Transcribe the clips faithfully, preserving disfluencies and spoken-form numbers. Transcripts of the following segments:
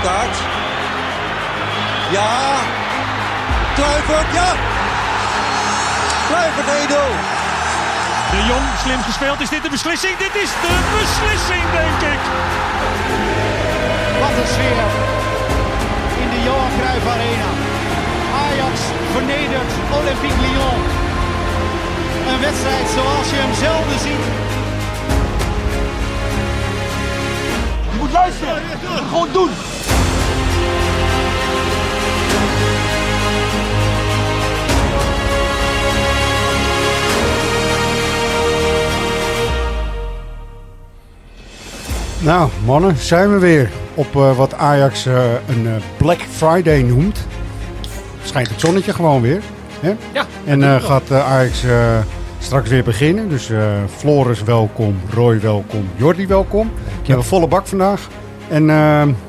kaart. Ja. Kluivert, ja. Kluivert één nul. De Jong, slim gespeeld. Is dit de beslissing? Dit is de beslissing, denk ik. Wat een sfeer in de Johan Cruijff Arena. Ajax vernedert Olympique Lyon. Een wedstrijd zoals je hem zelden ziet. Je moet luisteren. Je moet gewoon doen. Nou, mannen, zijn we weer op uh, wat Ajax uh, een uh, Black Friday noemt. Schijnt het zonnetje gewoon weer. Hè? Ja. En uh, gaat uh, Ajax uh, straks weer beginnen. Dus uh, Floris welkom, Roy welkom, Jordi welkom. We hebben volle bak vandaag. En uh,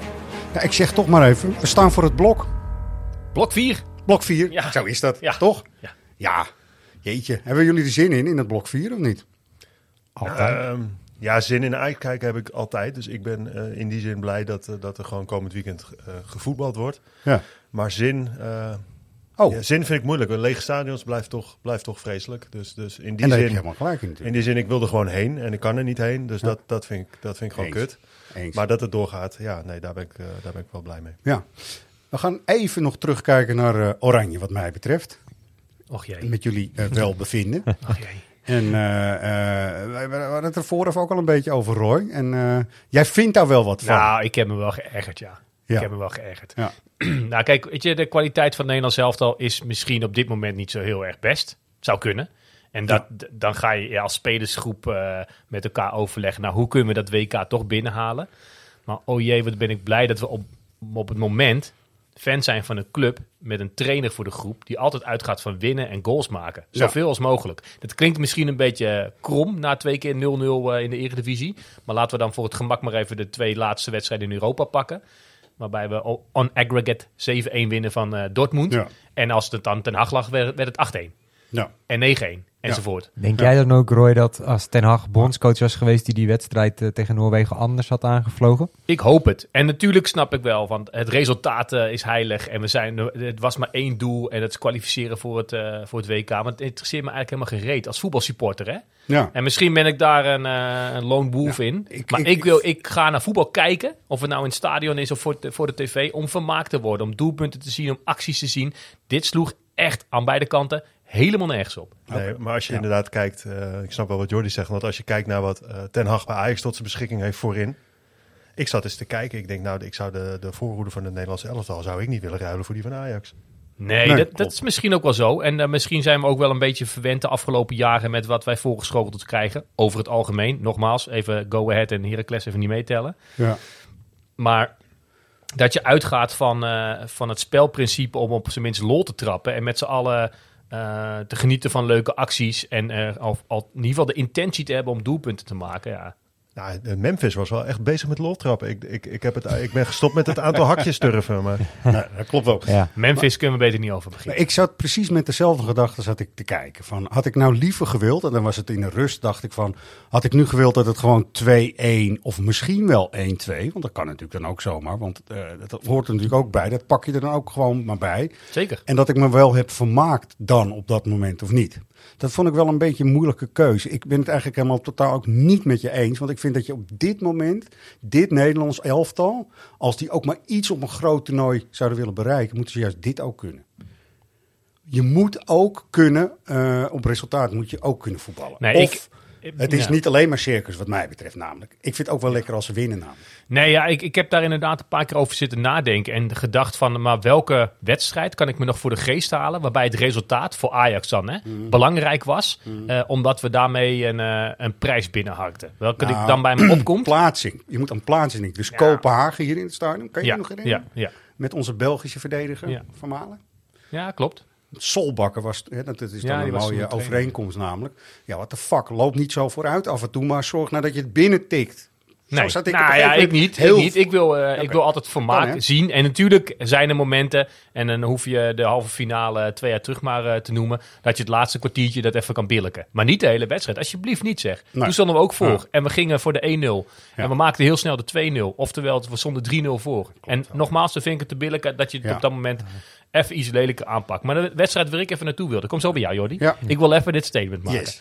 ja, ik zeg toch maar even, we staan voor het blok. Blok vier. Blok vier, Ja. Zo is dat, Ja. toch? Ja. Ja, jeetje. Hebben jullie er zin in, in het blok vier of niet? Altijd. Uh, ja, zin in uitkijken heb ik altijd. Dus ik ben uh, in die zin blij dat, uh, dat er gewoon komend weekend uh, gevoetbald wordt. Ja. Maar zin, uh, Oh. ja, zin vind ik moeilijk. Want lege stadions blijft toch, blijft toch vreselijk. Dus, dus in die En daar heb zin, je helemaal gelijk in in natuurlijk. die zin, ik wil er gewoon heen en ik kan er niet heen. Dus Ja. dat, dat, vind ik, dat vind ik gewoon Eens. kut. Eens. Maar dat het doorgaat, ja, nee, daar ben ik, uh, daar ben ik wel blij mee. Ja. We gaan even nog terugkijken naar uh, Oranje wat mij betreft. Och jee. Met jullie uh, welbevinden. Och jee. En uh, uh, we hadden het er vooraf ook al een beetje over, Roy. En uh, jij vindt daar wel wat van. Nou, ik heb me wel geërgerd, ja. Ja. Ik heb me wel geërgerd. Ja. Nou, kijk, weet je, de kwaliteit van het Nederlands elftal is misschien op dit moment niet zo heel erg best. Zou kunnen. En dat, d- dan ga je ja, als spelersgroep uh, met elkaar overleggen. Nou, hoe kunnen we dat W K toch binnenhalen? Maar oh jee, wat ben ik blij dat we op, op het moment fan zijn van een club met een trainer voor de groep die altijd uitgaat van winnen en goals maken. Ja. Zoveel als mogelijk. Dat klinkt misschien een beetje krom na twee keer nul nul uh, in de Eredivisie. Maar laten we dan voor het gemak maar even de twee laatste wedstrijden in Europa pakken. Waarbij we on aggregate zeven één winnen van uh, Dortmund. Ja. En als het dan Ten Hag lag, werd, werd het acht één. Ja. En negen één. Enzovoort. Denk Ja. jij dan ook, Roy, dat als Ten Hag bondscoach was geweest die die wedstrijd uh, tegen Noorwegen anders had aangevlogen? Ik hoop het. En natuurlijk snap ik wel, want het resultaat uh, is heilig. En we zijn, het was maar één doel en dat is kwalificeren voor het, uh, voor het W K. Want het interesseert me eigenlijk helemaal geen reet als voetbalsupporter, hè? Ja. En misschien ben ik daar een, uh, een lone wolf Ja, in. ik- maar ik- ik, wil, ik ga naar voetbal kijken, of het nou in het stadion is of voor de, voor de tv, om vermaakt te worden. Om doelpunten te zien, om acties te zien. Dit sloeg echt aan beide kanten helemaal nergens op. Nee, maar als je Ja. inderdaad kijkt, uh, ik snap wel wat Jordi zegt, want als je kijkt naar wat uh, Ten Hag bij Ajax tot zijn beschikking heeft voorin. Ik zat eens te kijken, ik denk nou, ik zou de, de voorhoede van het Nederlandse elftal zou ik niet willen ruilen voor die van Ajax. Nee, Nee, dat, klopt. dat is misschien ook wel zo. En uh, misschien zijn we ook wel een beetje verwend de afgelopen jaren met wat wij voorgeschoteld krijgen. Over het algemeen. Nogmaals, even Go Ahead en Heracles even niet meetellen. Ja. Maar dat je uitgaat van, uh, van het spelprincipe om op zijn minst lol te trappen. En met z'n allen uh, te genieten van leuke acties. En uh, al, al, in ieder geval de intentie te hebben om doelpunten te maken. Ja. Nou, uh, Memphis was wel echt bezig met loltrappen. Ik, ik, ik, heb het, ik ben gestopt met het aantal hakjes durven. Maar Nou, dat klopt wel. Ja. Memphis kunnen we beter niet over Maar beginnen. ik zat precies met dezelfde gedachten zat ik te kijken. Van, had ik nou liever gewild, en dan was het in de rust, dacht ik van... Had ik nu gewild dat het gewoon twee één of misschien wel één twee... Want dat kan natuurlijk dan ook zomaar, want uh, dat hoort er natuurlijk ook bij. Dat pak je er dan ook gewoon maar bij. Zeker. En dat ik me wel heb vermaakt dan op dat moment of niet. Dat vond ik wel een beetje een moeilijke keuze. Ik ben het eigenlijk helemaal totaal ook niet met je eens. Want ik vind dat je op dit moment, dit Nederlands elftal... als die ook maar iets op een groot toernooi zouden willen bereiken... moeten ze juist dit ook kunnen. Je moet ook kunnen, uh, op resultaat moet je ook kunnen voetballen. Nee, of ik- het is ja. niet alleen maar circus wat mij betreft namelijk. Ik vind het ook wel lekker als ze winnen namelijk. Nee, ja, ik, ik heb daar inderdaad een paar keer over zitten nadenken. En gedacht van, maar welke wedstrijd kan ik me nog voor de geest halen... waarbij het resultaat voor Ajax dan hè, Mm. belangrijk was... Mm. Uh, omdat we daarmee een, uh, een prijs binnenharkten. Welke Nou, ik dan bij me opkomt. Plaatsing. Je moet aan plaatsing denken. Dus Ja. Kopenhagen hier in het stadion. Kan je Ja, je nog herinneren? ja, ja. Met onze Belgische verdediger Ja. Van Malen. ja, klopt. Solbakker was, hè, dat is Ja, dan die een was toen mooie de trainer. overeenkomst namelijk. Ja, what the fuck, loop niet zo vooruit af en toe, maar zorg nou dat je het binnen tikt. Nee, Zo zat ik nou op een ja, gegeven ik moment niet. heel- Ik, niet. ik, wil, uh, Okay. ik wil altijd vermaak Kan, hè? zien. En natuurlijk zijn er momenten, en dan hoef je de halve finale twee jaar terug maar uh, te noemen, dat je het laatste kwartiertje dat even kan billijken. Maar niet de hele wedstrijd. Alsjeblieft niet, zeg. Nee. Toen stonden we ook voor. Ja. En we gingen voor de één nul. Ja. En we maakten heel snel de twee nul. Oftewel, we stonden drie nul voor. En nogmaals, dan vind ik het te billijken dat je het Ja. op dat moment even iets lelijker aanpakt. Maar de wedstrijd waar ik even naartoe wilde, kom zo bij jou, Jordi. Ja. Ik wil even dit statement maken. Yes.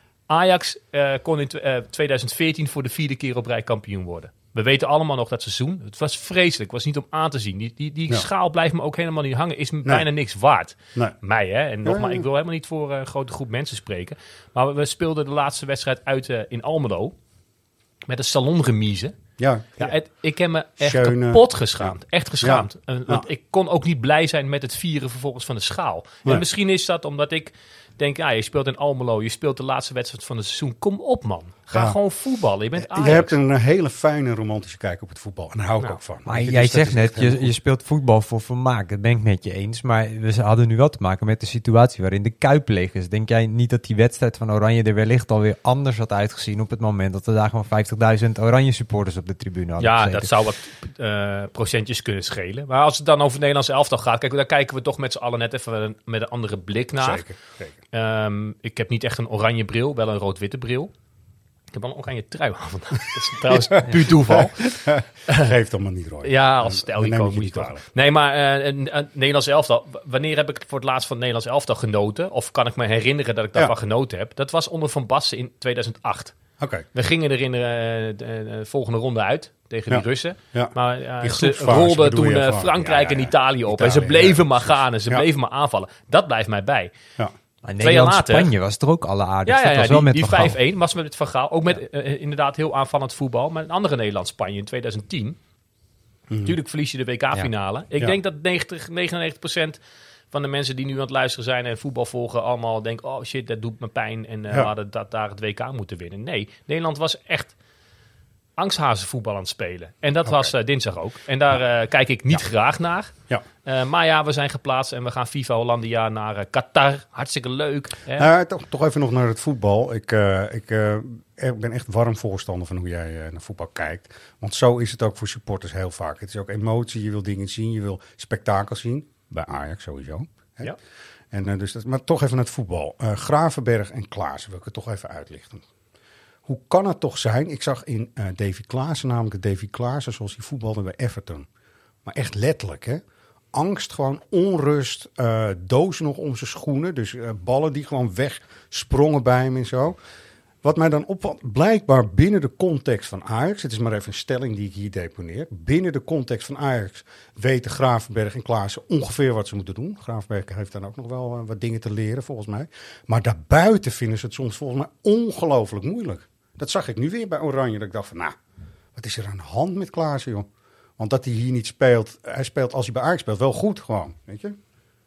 Ajax uh, kon in uh, twintig veertien voor de vierde keer op rij kampioen worden. We weten allemaal nog dat seizoen. Het was vreselijk. Het was niet om aan te zien. Die, die, die Ja. schaal blijft me ook helemaal niet hangen. Is me bijna niks waard. Nee. Mij, hè. En nogmaals, Ja, ja. ik wil helemaal niet voor uh, een grote groep mensen spreken. Maar we, we speelden de laatste wedstrijd uit uh, in Almelo. Met een salonremise. Ja, Ja, het, ik heb me echt Schöne. kapot geschaamd. Ja. Echt geschaamd. Ja. En, want Ja. ik kon ook niet blij zijn met het vieren vervolgens van de schaal. Nee. En misschien is dat omdat ik denk, ja, je speelt in Almelo. Je speelt de laatste wedstrijd van het seizoen. Kom op, man. Ga Ja. gewoon voetballen. Je bent Ajax. Je hebt een hele fijne romantische kijk op het voetbal. En daar hou ik Nou, ook van. Maar Weet je, jij dus dat zegt is echt net, helemaal je, je goed. speelt voetbal voor vermaak. Dat ben ik met je eens. Maar we hadden nu wel te maken met de situatie waarin de Kuip leeg is. Denk jij niet dat die wedstrijd van Oranje er wellicht alweer anders had uitgezien op het moment dat er daar gewoon vijftigduizend Oranje supporters op de tribune hadden Ja, gezeten? dat zou wat uh, procentjes kunnen schelen. Maar als het dan over het Nederlands elftal gaat, kijk, daar kijken we toch met z'n allen net even een, met een andere blik naar. Zeker, zeker. Um, ik heb niet echt een oranje bril, wel een rood-witte bril. Ik heb wel een oranje trui aan vandaag. Dat is trouwens puur toeval. Geeft allemaal niet, Roy. Ja, als Dan neem stijl ik je moet niet je toch. kwalijk. Nee, maar uh, een, een Nederlands elftal. w- Wanneer heb ik voor het laatst van het Nederlands elftal genoten? Of kan ik me herinneren dat ik daarvan Ja. genoten heb? Dat was onder Van Basten in tweeduizend acht. Oké. We gingen er in de, uh, de, de volgende ronde uit tegen Ja. die Russen. Ja. Maar uh, Die ze groepsfase rolden bedoel toen je uh, van- Frankrijk ja, ja, en ja. Italië op. en ze Italië, bleven ja, maar precies. gaan en ze Ja. bleven maar aanvallen. Dat blijft mij bij. Ja. Maar Twee jaar later- Nederland-Spanje was er ook alle aardig. Ja, ja, dat ja, was wel die, met die Van Gaal. vijf één was met Van Gaal. Ook met uh, inderdaad heel aanvallend voetbal. Maar een andere Nederland-Spanje in tweeduizend tien. Natuurlijk verlies je de W K-finale. Ik Ja. denk dat negentig, negenennegentig procent van de mensen die nu aan het luisteren zijn en voetbal volgen, allemaal denken, oh shit, dat doet me pijn. En uh, Ja. we hadden dat daar het W K moeten winnen. Nee, Nederland was echt angsthazenvoetbal aan het spelen. En dat Oké. was uh, dinsdag ook. En daar uh, kijk ik niet graag naar. Ja. Uh, maar ja, we zijn geplaatst en we gaan FIFA Hollandia naar uh, Qatar. Hartstikke leuk. Hè? Nou, toch, toch even nog naar het voetbal. Ik, uh, ik uh, ben echt warm voorstander van hoe jij uh, naar voetbal kijkt. Want zo is het ook voor supporters heel vaak. Het is ook emotie, je wil dingen zien, je wil spektakel zien. Bij Ajax sowieso. Hè? Ja. En, uh, dus dat, maar toch even naar het voetbal. Uh, Gravenberg en Klaassen wil ik het toch even uitlichten. Hoe kan het toch zijn? Ik zag in uh, Davy Klaassen, namelijk Davy Klaassen, zoals hij voetbalde bij Everton. Maar echt letterlijk, hè? Angst, gewoon onrust, uh, dozen nog om zijn schoenen. Dus uh, ballen die gewoon wegsprongen bij hem en zo. Wat mij dan opvalt, blijkbaar binnen de context van Ajax... het is maar even een stelling die ik hier deponeer... binnen de context van Ajax weten Gravenberg en Klaassen ongeveer wat ze moeten doen. Gravenberg heeft dan ook nog wel uh, wat dingen te leren, volgens mij. Maar daarbuiten vinden ze het soms volgens mij ongelooflijk moeilijk. Dat zag ik nu weer bij Oranje, dat ik dacht van... nou, wat is er aan de hand met Klaassen, joh? Want dat hij hier niet speelt, hij speelt als hij bij Ajax speelt wel goed gewoon, weet je?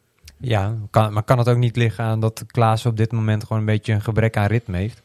Ja, kan, maar kan het ook niet liggen aan dat Klaassen op dit moment gewoon een beetje een gebrek aan ritme heeft?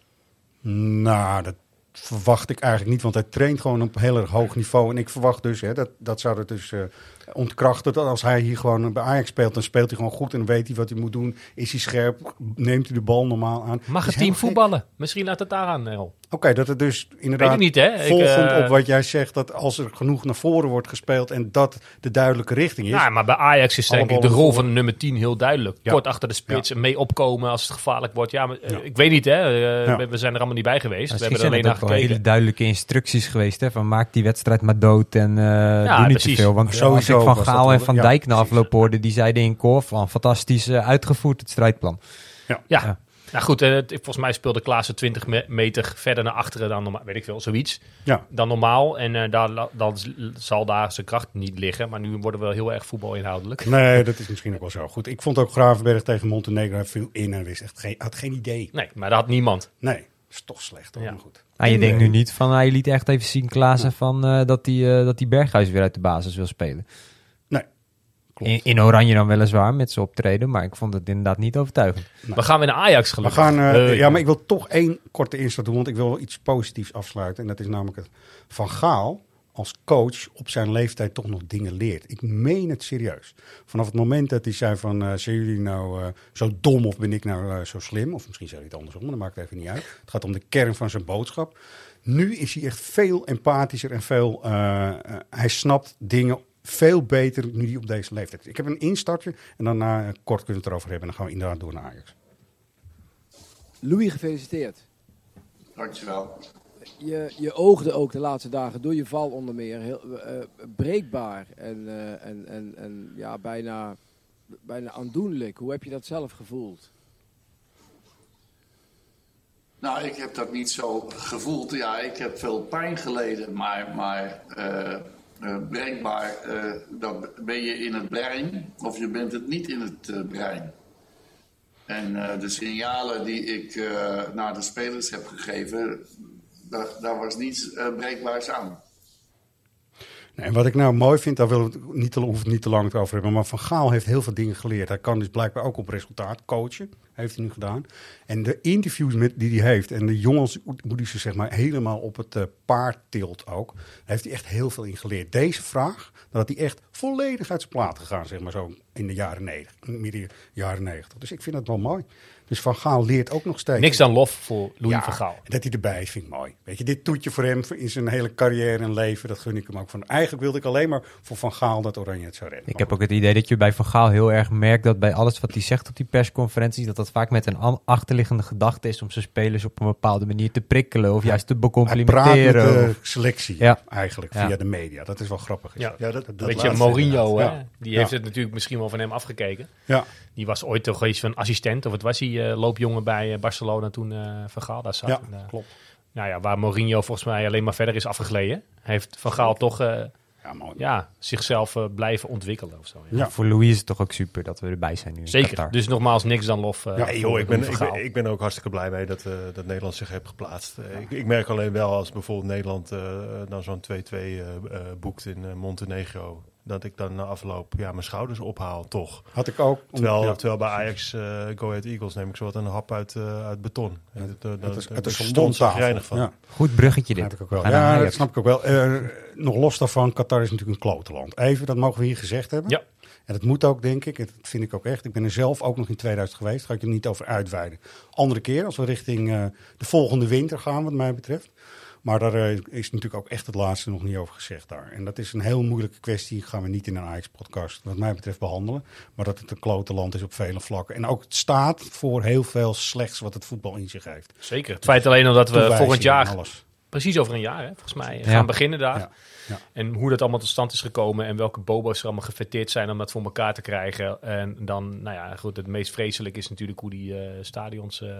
Nou, dat verwacht ik eigenlijk niet, want hij traint gewoon op een heel erg hoog niveau. En ik verwacht dus, hè, dat, dat zou het dus uh, ontkrachten, dat als hij hier gewoon bij Ajax speelt, dan speelt hij gewoon goed en dan weet hij wat hij moet doen. Is hij scherp, neemt hij de bal normaal aan. Mag het Is team helemaal gek. voetballen? Misschien laat het daaraan, Nel. Oké, okay, dat het dus inderdaad Weet ik niet, hè? Ik, volgend uh, op wat jij zegt, dat als er genoeg naar voren wordt gespeeld en dat de duidelijke richting is. Nou, maar bij Ajax is denk Alle ik de ballen rol voor. van de nummer tien heel duidelijk. Ja. Kort achter de spits Ja. en mee opkomen als het gevaarlijk wordt. Ja, maar, uh, Ja. ik weet niet, hè? Uh, Ja. we, we zijn er allemaal niet bij geweest. Ja, we hebben er zijn alleen het naar ook wel hele gekeken. duidelijke instructies geweest. Hè, van maak die wedstrijd maar dood en uh, Ja, doe niet precies. te veel. Want Sowieso als ik Van was dat Gaal wel- en Van ja, Dijk na precies. afloop hoorde, die zeiden in koor van fantastisch uh, uitgevoerd het strijdplan. Ja. Ja. Nou goed, uh, volgens mij speelde Klaassen twintig me- meter verder naar achteren dan normaal. Weet ik veel, zoiets. Ja. Dan normaal. En uh, daar, dan zal daar zijn kracht niet liggen. Maar nu worden we heel erg voetbalinhoudelijk. Nee, dat is misschien ook wel zo. Goed, ik vond ook Gravenberg tegen Montenegro, hij viel in en wist echt geen, had geen idee. Nee, maar dat had niemand. Nee, dat is toch slecht hoor, Ja. maar goed. En je Nee. denkt nu niet van, hij liet echt even zien Klaassen van uh, dat hij uh, dat die Berghuis weer uit de basis wil spelen. Nee, klopt. In, in Oranje dan weliswaar met zijn optreden, maar ik vond het inderdaad niet overtuigend. We gaan weer naar Ajax We gelukkig. gaan, uh, Uh, ja, maar ik wil toch één korte instart doen, want ik wil wel iets positiefs afsluiten. En dat is namelijk het Van Gaal als coach op zijn leeftijd toch nog dingen leert. Ik meen het serieus. Vanaf het moment dat hij zei van, uh, zijn jullie nou uh, zo dom of ben ik nou uh, zo slim? Of misschien zei hij het andersom, maar dat maakt even niet uit. Het gaat om de kern van zijn boodschap. Nu is hij echt veel empathischer en veel... Uh, uh, hij snapt dingen veel beter nu hij op deze leeftijd is. Ik heb een instartje en daarna uh, kort kunnen we het erover hebben. En dan gaan we inderdaad door naar Ajax. Louis, gefeliciteerd. Dankjewel. Je, je oogde ook de laatste dagen door je val onder meer heel uh, breekbaar en, uh, en, en, en ja, bijna, bijna aandoenlijk. Hoe heb je dat zelf gevoeld? Nou, ik heb dat niet zo gevoeld. Ja, ik heb veel pijn geleden, maar, maar uh, uh, breekbaar, uh, dan ben je in het brein of je bent het niet in het uh, brein. En uh, de signalen die ik uh, naar de spelers heb gegeven, daar, daar was niets uh, breekbaars aan. Nee, en wat ik nou mooi vind, daar willen we het niet te, hoeven het niet te lang over hebben. Maar Van Gaal heeft heel veel dingen geleerd. Hij kan dus blijkbaar ook op resultaat coachen. Heeft hij nu gedaan. En de interviews met, die hij heeft. En de jongens, hoe hij ze zeg maar helemaal op het uh, paard tilt ook. Daar heeft hij echt heel veel in geleerd. Deze vraag, dat had hij echt volledig uit zijn plaat gegaan. Zeg maar zo in de jaren negentig. Midden jaren negentig. Dus ik vind het wel mooi. Dus Van Gaal leert ook nog steeds. Niks dan lof voor Louis ja, van Gaal. Dat hij erbij is, vind ik mooi. Weet je, dit toetje voor hem in zijn hele carrière en leven, dat gun ik hem ook van. Eigenlijk wilde ik alleen maar voor Van Gaal dat Oranje het zou redden. Ik heb ook het idee dat je bij Van Gaal heel erg merkt dat bij alles wat hij zegt op die persconferenties, dat dat vaak met een achterliggende gedachte is om zijn spelers op een bepaalde manier te prikkelen of ja, juist te becomplimenteren. Hij praat met de of... selectie ja. eigenlijk ja. via de media. Dat is wel grappig. Is ja, ja, dat, dat Weet je, Mourinho, hè? Ja. die heeft ja. het natuurlijk misschien wel van hem afgekeken. Ja. Die was ooit toch iets van assistent, of wat was hij, uh, loopjongen bij Barcelona toen uh, Van Gaal daar zat. Ja, en, uh, klopt. Nou ja, waar Mourinho volgens mij alleen maar verder is afgegleden, heeft Van Gaal toch uh, ja, mooi. Ja, zichzelf uh, blijven ontwikkelen of zo. Ja. Ja, voor Louis is het toch ook super dat we erbij zijn nu in Zeker, Qatar. Dus nogmaals niks dan lof. Uh, ja, joh, ik, ben, ik, ben, ik ben ook hartstikke blij mee dat, uh, dat Nederland zich heeft geplaatst. Uh, ik, ik merk alleen wel als bijvoorbeeld Nederland uh, dan zo'n twee-twee uh, uh, boekt in uh, Montenegro, dat ik dan na afloop ja, mijn schouders ophaal, toch. Had ik ook. Terwijl, ja. terwijl bij Ajax, uh, Go Ahead Eagles, neem ik zo wat een hap uit, uh, uit beton. Ja, het, uh, het is, dat, het is dat stond reinig van. Ja. Goed bruggetje dit. Snap ik ook wel. Ja, dat snap ik ook wel. Uh, nog los daarvan, Qatar is natuurlijk een klotenland. Even, dat mogen we hier gezegd hebben. Ja. En dat moet ook, denk ik. Dat vind ik ook echt. Ik ben er zelf ook nog in tweeduizend geweest. Daar ga ik er niet over uitweiden. Andere keer, als we richting uh, de volgende winter gaan, wat mij betreft. Maar daar uh, is natuurlijk ook echt het laatste nog niet over gezegd daar. En dat is een heel moeilijke kwestie. Gaan we niet in een Ajax-podcast, wat mij betreft, behandelen. Maar dat het een klote land is op vele vlakken. En ook het staat voor heel veel slechts wat het voetbal in zich heeft. Zeker. Het feit alleen al dat we volgend jaar, alles. precies over een jaar, hè, volgens mij, ja. gaan beginnen daar. Ja. Ja. En hoe dat allemaal tot stand is gekomen en welke bobo's er allemaal gefeteerd zijn om dat voor elkaar te krijgen. En dan, nou ja, goed, het meest vreselijk is natuurlijk hoe die uh, stadions uh,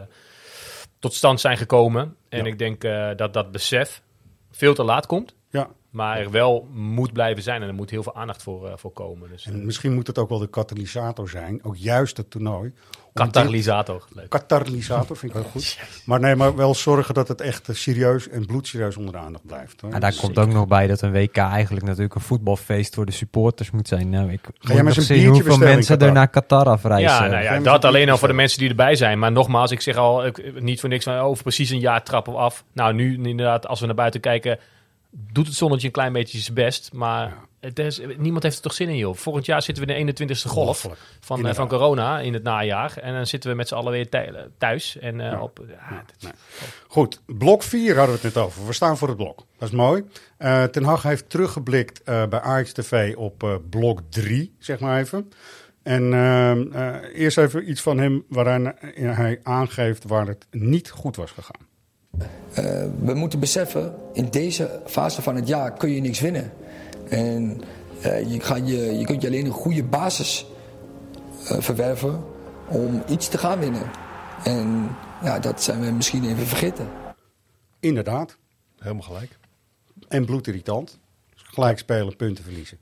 tot stand zijn gekomen. En ja. ik denk uh, dat dat besef veel te laat komt. Ja. Maar er wel moet blijven zijn en er moet heel veel aandacht voor, uh, voor komen. Dus, en misschien moet het ook wel de katalysator zijn, ook juist het toernooi. Katalysator, leuk. Katalysator vind ik wel goed. Maar nee, maar wel zorgen dat het echt serieus en bloedserieus onder de aandacht blijft. Hoor. Ja, daar Zeker. komt ook nog bij dat een W K eigenlijk natuurlijk een voetbalfeest voor de supporters moet zijn. Nou, ik Ga jij met nog zo'n zien biertje hoeveel mensen in er naar Qatar afreizen. Ja, nou ja, dat alleen al voor de mensen die erbij zijn. Maar nogmaals, ik zeg al, ik, niet voor niks van over precies een jaar trappen we af. Nou, nu inderdaad, als we naar buiten kijken, doet het zonnetje een klein beetje zijn best. Maar ja. het is, niemand heeft er toch zin in, joh. Volgend jaar zitten we in de eenentwintigste golf van, uh, van corona in het najaar. En dan zitten we met z'n allen weer thuis. En, uh, ja. op, ja, dat, nee. Goed, blok vier hadden we het net over. We staan voor het blok. Dat is mooi. Uh, Ten Hag heeft teruggeblikt uh, bij Ajax T V op uh, blok drie, zeg maar even. En uh, uh, eerst even iets van hem waarin hij aangeeft waar het niet goed was gegaan. Uh, we moeten beseffen, in deze fase van het jaar kun je niks winnen. En uh, je, ga je, je kunt je alleen een goede basis uh, verwerven om iets te gaan winnen. En ja, dat zijn we misschien even vergeten. Inderdaad. Helemaal gelijk. En bloedirritant. Gelijk spelen, punten verliezen.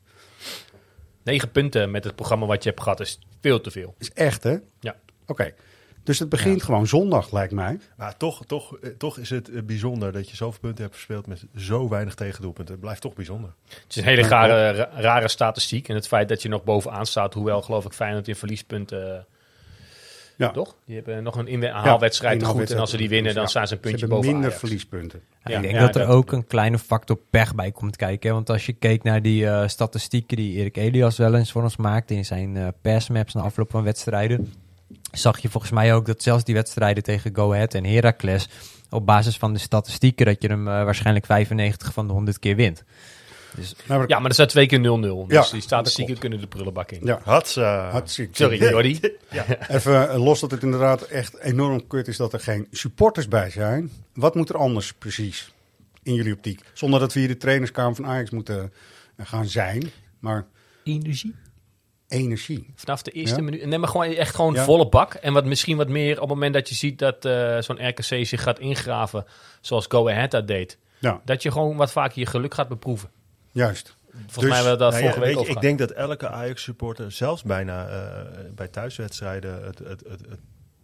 Negen punten met het programma wat je hebt gehad is veel te veel. Is echt, hè? Ja. Oké. Okay. Dus het begint ja. gewoon zondag, lijkt mij. Maar toch, toch, toch is het bijzonder dat je zoveel punten hebt verspeeld met zo weinig tegendoelpunten. Het blijft toch bijzonder. Het is een hele rare, rare statistiek. En het feit dat je nog bovenaan staat, hoewel geloof ik Feyenoord in verliespunten... Ja. Toch? Die hebben nog een inhaalwedstrijd ja, te goed. En als ze die winnen, dan ja. staan ze een puntje ze boven minder Ajax. verliespunten. Ja, ik denk ja, dat er dat ook een kleine factor pech bij komt kijken. Hè? Want als je keek naar die uh, statistieken die Erik Elias wel eens voor ons maakte in zijn uh, persmaps na afloop van wedstrijden. zag je volgens mij ook dat zelfs die wedstrijden tegen Go Ahead en Heracles, op basis van de statistieken, dat je hem uh, waarschijnlijk vijfennegentig van de honderd keer wint. Dus, nou, ja, maar er staat twee keer nul nul. Dus ja, die statistieken kunnen de prullenbak in. Ja. Hatsa. Hartstikke. Sorry, Jordi. Ja. Even los dat het inderdaad echt enorm kut is dat er geen supporters bij zijn. Wat moet er anders precies in jullie optiek? Zonder dat we hier de trainerskamer van Ajax moeten gaan zijn. Maar energie. Energie. Vanaf de eerste ja? minuut. Nee, maar gewoon echt gewoon ja. volle bak. En wat misschien wat meer op het moment dat je ziet dat uh, zo'n R K C zich gaat ingraven, zoals Go Ahead dat deed. Ja. Dat je gewoon wat vaker je geluk gaat beproeven. Juist. Volgens dus, mij hebben we dat nou vorige ja, week weet je, over. Ik denk dat elke Ajax-supporter, zelfs bijna uh, bij thuiswedstrijden, het, het, het, het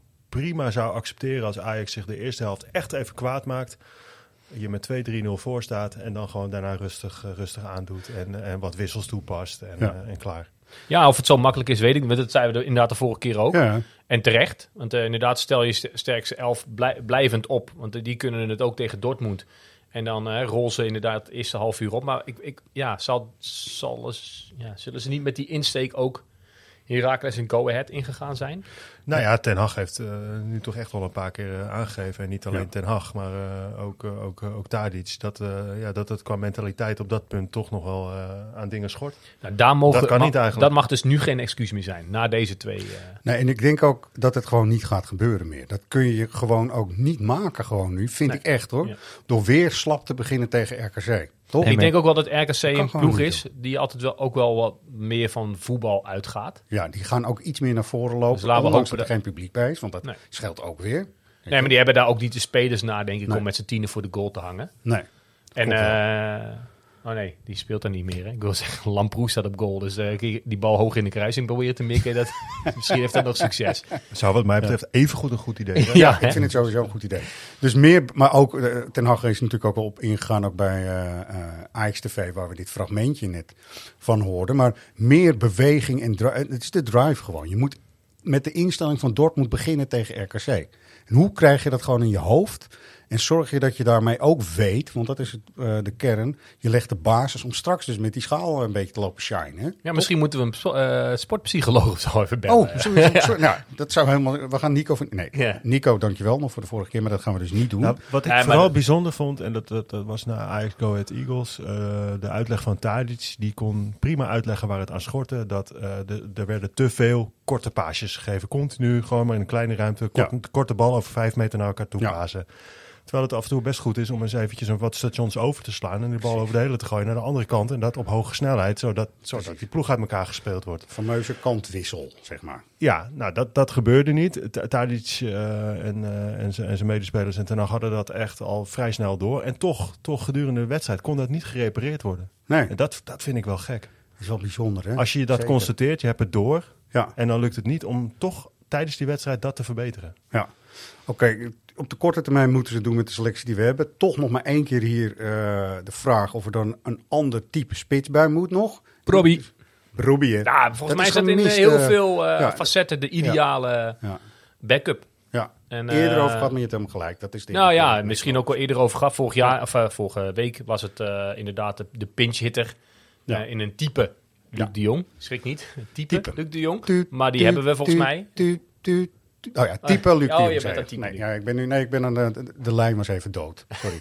prima zou accepteren als Ajax zich de eerste helft echt even kwaad maakt. Je met twee drie nul voor staat en dan gewoon daarna rustig, uh, rustig aandoet en, en wat wissels toepast en, ja. uh, en klaar. Ja, of het zo makkelijk is, weet ik niet. Dat zeiden we inderdaad de vorige keer ook. Ja. En terecht. Want uh, inderdaad, stel je st- sterkste elf blij- blijvend op. Want uh, die kunnen het ook tegen Dortmund. En dan uh, rol ze inderdaad het eerste half uur op. Maar ik, ik, ja, zal, zal eens, ja, zullen ze niet met die insteek ook Heracles en Go Ahead ingegaan zijn? Nou ja, Ten Hag heeft uh, nu toch echt wel een paar keer uh, aangegeven. En niet alleen ja. Ten Hag, maar uh, ook, uh, ook, uh, ook Tadic. Dat, uh, ja, dat het qua mentaliteit op dat punt toch nog wel uh, aan dingen schort. Nou, daar mogen, dat kan ma- niet eigenlijk. Dat mag dus nu geen excuus meer zijn, na deze twee. Uh... Nee, en ik denk ook dat het gewoon niet gaat gebeuren meer. Dat kun je gewoon ook niet maken gewoon nu, vind nee. ik echt hoor. Ja. Door weer slap te beginnen tegen R K C. Toch? Ik denk ook wel dat R K C een ploeg niet, is die altijd wel ook wel wat meer van voetbal uitgaat. Ja, die gaan ook iets meer naar voren lopen. Dus laten we ondanks hopen dat er dat... geen publiek bij is, want dat nee. scheelt ook weer. Nee, maar die hebben daar ook niet de spelers naar, denk ik, nee. om met z'n tienen voor de goal te hangen. Nee. En, uh, oh nee, die speelt er niet meer. Hè? Ik wil zeggen, Lamproe staat op goal. Dus uh, die bal hoog in de kruising proberen te mikken. Dat, misschien heeft dat nog succes. Zou wat mij betreft ja. evengoed een goed idee. Ja, ja ik vind het sowieso een goed idee. Dus meer, maar ook, uh, Ten Hag is natuurlijk ook al op ingegaan, ook bij uh, uh, Ajax T V, waar we dit fragmentje net van hoorden. Maar meer beweging en drive. Het is de drive gewoon. Je moet met de instelling van Dortmund beginnen tegen R K C. En hoe krijg je dat gewoon in je hoofd? En zorg je dat je daarmee ook weet, want dat is het, uh, de kern, je legt de basis om straks dus met die schaal een beetje te lopen shine. Hè? Ja, misschien moeten we een uh, sportpsycholoog of zo even bellen. Oh, sorry, sorry. Nou, dat zou helemaal... We gaan Nico... Van, nee, yeah. Nico, dankjewel nog voor de vorige keer, maar dat gaan we dus niet doen. Nou, wat ik ja, vooral dat... bijzonder vond, en dat, dat, dat was na Ajax Go Ahead Eagles, uh, de uitleg van Tadic, die kon prima uitleggen waar het aan schortte. Dat uh, de, er werden te veel korte paasjes gegeven. Continu, gewoon maar in een kleine ruimte, kort, ja. korte bal over vijf meter naar elkaar toe pasen. Ja. Terwijl het af en toe best goed is om eens eventjes een wat stations over te slaan en de bal over de hele te gooien naar de andere kant. En dat op hoge snelheid, zodat, zodat die ploeg uit elkaar gespeeld wordt. Fameuze kantwissel, zeg maar. Ja, nou dat, dat gebeurde niet. Tadic uh, en, uh, en zijn medespelers en Ten Hag hadden dat echt al vrij snel door. En toch, toch gedurende de wedstrijd kon dat niet gerepareerd worden. Nee. En dat, dat vind ik wel gek. Dat is wel bijzonder, hè? Als je dat Zeker. constateert, je hebt het door. Ja. En dan lukt het niet om toch tijdens die wedstrijd dat te verbeteren. Ja, oké. Okay. Op de korte termijn moeten ze het doen met de selectie die we hebben. Toch nog maar één keer hier uh, de vraag of er dan een ander type spits bij moet nog. Brobby. Brobby, hè? Ja, volgens dat mij is dat in heel uh, veel uh, ja. facetten de ideale ja. Ja. backup. Ja, en, eerder uh, over gehad, maar je hebt helemaal gelijk. Dat is de nou ja, misschien ook wel eerder over gehad. Vorig jaar, of uh, vorige week was het uh, inderdaad de, de pinch hitter ja. uh, in een type Luc ja. de Jong. Schrik niet, type, type. Luc de Jong. Tu, maar die tu, hebben we volgens tu, mij... Tu, tu, Oh ja, type Luc de Jong. Oh, je bent dat type. Nee, ja, ik ben nu, nee, ik ben aan de, de, de lijn was even dood. Sorry.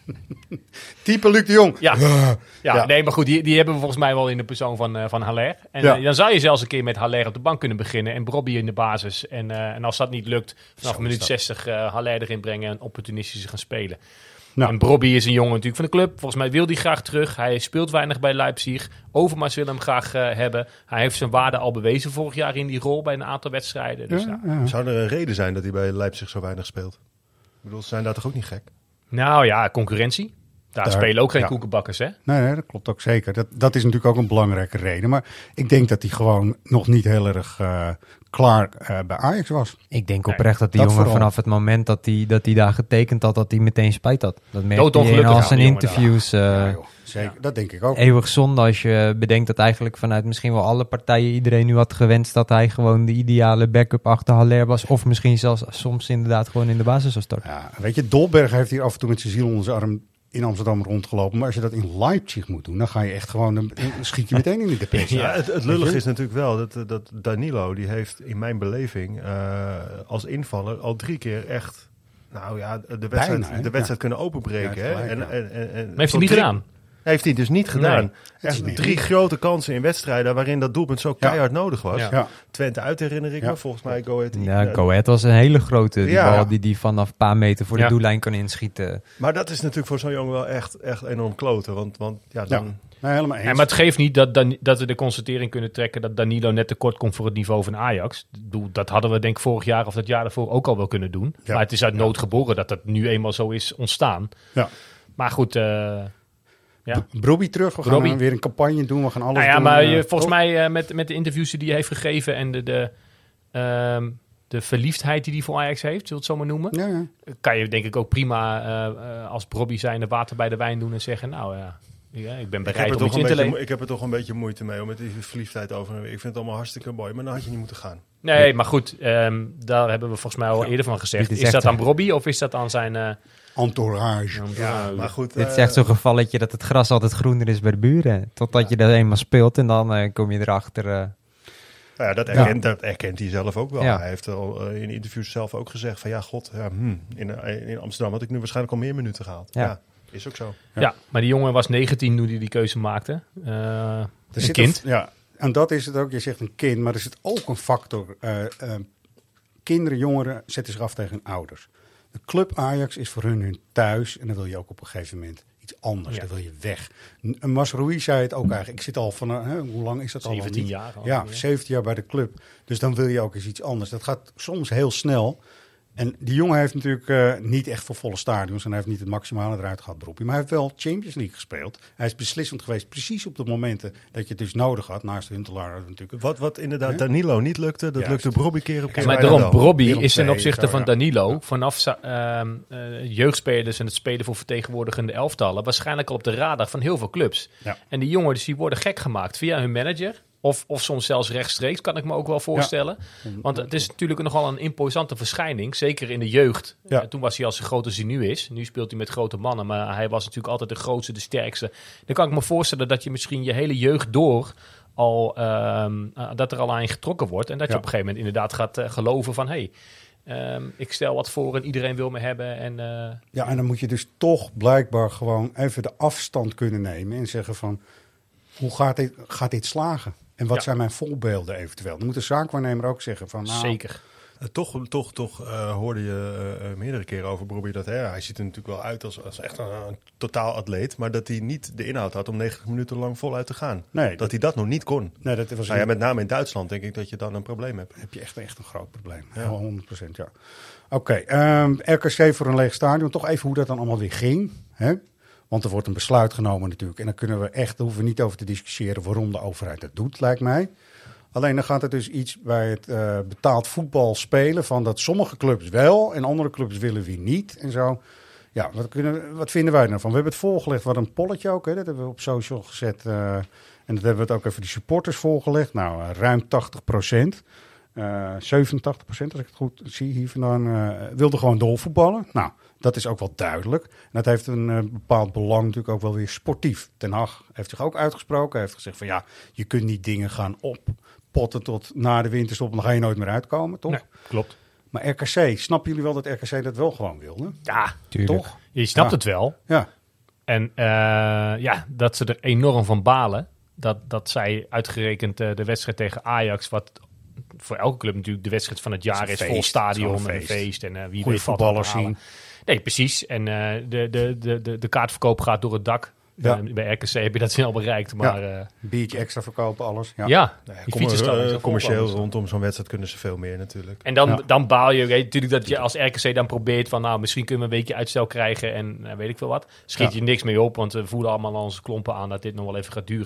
Type Luc de Jong. Ja, ja, ja. nee, maar goed, die, die hebben we volgens mij wel in de persoon van, uh, van Haller. En ja. uh, dan zou je zelfs een keer met Haller op de bank kunnen beginnen en Brobby in de basis. En, uh, en als dat niet lukt, vanaf minuut zestig uh, Haller erin brengen en opportunistisch gaan spelen. Nou. En Brobby is een jongen natuurlijk van de club. Volgens mij wil hij graag terug. Hij speelt weinig bij Leipzig. Overmars wil hem graag uh, hebben. Hij heeft zijn waarde al bewezen vorig jaar in die rol bij een aantal wedstrijden. Dus ja, ja. Zou er een reden zijn dat hij bij Leipzig zo weinig speelt? Ik bedoel, ze zijn daar toch ook niet gek? Nou ja, concurrentie. Daar, Daar spelen ook geen ja. koekenbakkers, hè? Nee, nee, dat klopt ook zeker. Dat, dat is natuurlijk ook een belangrijke reden. Maar ik denk dat hij gewoon nog niet heel erg uh, klaar uh, bij Ajax was. Ik denk oprecht dat die dat jongen vooral. vanaf het moment dat hij dat hij daar getekend had, dat hij meteen spijt had. Dat merkte hij in al zijn ja, interviews. Uh, ja, joh, zeker, ja. Dat denk ik ook. Eeuwig zonde als je bedenkt dat eigenlijk vanuit misschien wel alle partijen iedereen nu had gewenst dat hij gewoon de ideale backup achter Haller was. Of misschien zelfs soms inderdaad gewoon in de basis zou starten. Ja, weet je, Dolberg heeft hier af en toe met zijn ziel onder zijn arm in Amsterdam rondgelopen. Maar als je dat in Leipzig moet doen, dan ga je echt gewoon, dan schiet je meteen in de depressie. Ja, het, het lullige is natuurlijk wel dat, dat Danilo, die heeft in mijn beleving uh, als invaller al drie keer echt, nou ja, de wedstrijd, Bijna, de wedstrijd ja. kunnen openbreken. Ja, hè? gelijk, En, ja. en, en, en, Maar heeft hij niet drie, gedaan? Heeft hij dus niet gedaan. Nee. Echt niet. drie grote kansen in wedstrijden waarin dat doelpunt zo keihard nodig was. Ja. Ja. Twente uit herinner ik Ja. me, volgens mij Go Ahead. Ja, Go Ahead was een hele grote die Ja. bal die die vanaf een paar meter voor de Ja. doellijn kan inschieten. Maar dat is natuurlijk voor zo'n jongen wel echt, echt enorm kloten. Want, want ja, dan... Ja. Nee, helemaal eens. Ja, maar het geeft niet dat, Dan- dat we de constatering kunnen trekken dat Danilo net tekort komt voor het niveau van Ajax. Ik bedoel, dat hadden we denk ik vorig jaar of dat jaar daarvoor ook al wel kunnen doen. Ja. Maar het is uit nood geboren dat dat nu eenmaal zo is ontstaan. Ja. Maar goed, eh ja. Brobby terug, we gaan Brobby. uh, weer een campagne doen, we gaan alles Nou ja, doen. maar uh, je, volgens oh, mij uh, met, met de interviews die hij heeft gegeven en de, de, ehm, de verliefdheid die hij voor Ajax heeft, zullen we het zo maar noemen, Ja, ja. kan je denk ik ook prima uh, uh, als Brobby zijnde water bij de wijn doen en zeggen, nou ja, ja ik ben Ik heb, bereid er om toch iets een in te beetje, leveren. ik heb er toch een beetje moeite mee om met die verliefdheid over. Ik vind het allemaal hartstikke mooi, maar dan had je niet moeten gaan. Nee, maar goed, um, daar hebben we volgens mij al Ja. eerder van gezegd. Dit is Is dat echt- aan Brobby of is dat aan zijn... Uh, Entourage. Ja, maar goed. Dit uh, is echt zo'n gevalletje dat het gras altijd groener is bij de buren. Totdat Ja. je dat eenmaal speelt en dan uh, kom je erachter. Uh, Nou ja, dat, Ja. erkent, dat erkent hij zelf ook wel. Ja. Hij heeft al uh, in interviews zelf ook gezegd van ja, god, ja, hmm, in, uh, in Amsterdam had ik nu waarschijnlijk al meer minuten gehaald. Ja, Ja. is ook zo. ja. ja, maar die jongen was negentien toen hij die keuze maakte. Uh, Er een zit kind. Een, ja, en dat is het ook. Je zegt een kind, maar er zit ook een factor. Uh, uh, kinderen, jongeren zetten zich af tegen hun ouders. De club Ajax is voor hun hun thuis en dan wil je ook op een gegeven moment iets anders. Ja. Dan wil je weg. N- Masroei zei het ook eigenlijk. Ik zit al van, uh, hè, hoe lang is dat al? zeventien niet? jaar al. Ja, Ja. zeventien jaar bij de club. Dus dan wil je ook eens iets anders. Dat gaat soms heel snel. En die jongen heeft natuurlijk uh, niet echt voor volle stadions en hij heeft niet het maximale eruit gehad, Droppie. Maar hij heeft wel Champions League gespeeld. Hij is beslissend geweest, precies op de momenten dat je het dus nodig had. Naast Huntelaar natuurlijk. Wat, wat inderdaad Ja. Danilo niet lukte, dat Juist. lukte Brobby keer op keer. Ja, maar bijna daarom, wel. Brobby Willem is ten twee, opzichte zo, van ja. Danilo vanaf za- ehm, eh, jeugdspelers en het spelen voor vertegenwoordigende elftallen waarschijnlijk al op de radar van heel veel clubs. Ja. En die jongens die worden gek gemaakt via hun manager. Of, of soms zelfs rechtstreeks, kan ik me ook wel voorstellen. Want het is natuurlijk nogal een imposante verschijning. Zeker in de jeugd. Ja. Uh, toen was hij al zo groot als hij nu is. Nu speelt hij met grote mannen. Maar hij was natuurlijk altijd de grootste, de sterkste. Dan kan ik me voorstellen dat je misschien je hele jeugd door... al um, uh, dat er al aan je getrokken wordt. En dat je Ja. op een gegeven moment inderdaad gaat uh, geloven van... Hey, um, ik stel wat voor en iedereen wil me hebben. En, uh, Ja, en dan moet je dus toch blijkbaar gewoon even de afstand kunnen nemen en zeggen van, hoe gaat dit, gaat dit slagen? En wat Ja. zijn mijn voorbeelden eventueel? Dan moet de zaakwaarnemer ook zeggen van, nou, zeker. Uh, toch toch, toch uh, hoorde je uh, meerdere keren over Brobby dat hè, hij ziet er natuurlijk wel uit als, als echt een, een totaal atleet, maar dat hij niet de inhoud had om negentig minuten lang voluit te gaan. Nee, dat dat- hij dat nog niet kon. nee, dat was Nou ja, met name in Duitsland denk ik dat je dan een probleem hebt. heb je echt, echt een groot probleem. Ja. Ja. honderd procent, ja. Oké, ehm, R K C voor een leeg stadion. Toch even hoe dat dan allemaal weer ging. Hè? Want er wordt een besluit genomen natuurlijk. En dan kunnen we echt, daar hoeven we niet over te discussiëren waarom de overheid dat doet, lijkt mij. Alleen dan gaat er dus iets bij het uh, betaald voetbal spelen van dat sommige clubs wel en andere clubs willen weer niet en zo. Ja, wat, kunnen, wat vinden wij ervan? We hebben het voorgelegd, we hadden een polletje ook, hè? Dat hebben we op social gezet. Uh, en dat hebben we het ook even de supporters voorgelegd. Nou, uh, ruim tachtig procent. Uh, zevenentachtig procent, als ik het goed zie hier vandaan, uh, wilde gewoon doorvoetballen. Nou, dat is ook wel duidelijk. En dat heeft een uh, bepaald belang natuurlijk ook wel weer sportief. Ten Hag heeft zich ook uitgesproken. Hij heeft gezegd van ja, je kunt niet dingen gaan oppotten tot na de winterstop. Dan ga je nooit meer uitkomen, toch? Nee, klopt. Maar R K C, snappen jullie wel dat R K C dat wel gewoon wilde? Ja, tuurlijk. Toch? je snapt Ja. het wel. Ja. En uh, ja, dat ze er enorm van balen. Dat, dat zij uitgerekend uh, de wedstrijd tegen Ajax, wat voor elke club natuurlijk de wedstrijd van het jaar is, feest. vol stadion Het is en een een feest. feest. En uh, wie Goeie weet wat voetballers te halen. zien. Nee, precies. En uh, de, de, de, de, de kaartverkoop gaat door het dak. Ja. Uh, bij R K C heb je dat snel bereikt. Maar ja, uh, Biertje extra verkopen, alles. Ja. ja Nou ja, die kom- fietsenstalling uh, is ook commercieel volkomen. rondom zo'n wedstrijd kunnen ze veel meer natuurlijk. En dan, Ja. dan baal je weet, natuurlijk dat je als R K C dan probeert van nou, misschien kunnen we een weekje uitstel krijgen en uh, weet ik veel wat. Schiet Ja. je niks mee op, want we voelen allemaal aan onze klompen aan dat dit nog wel even gaat duren.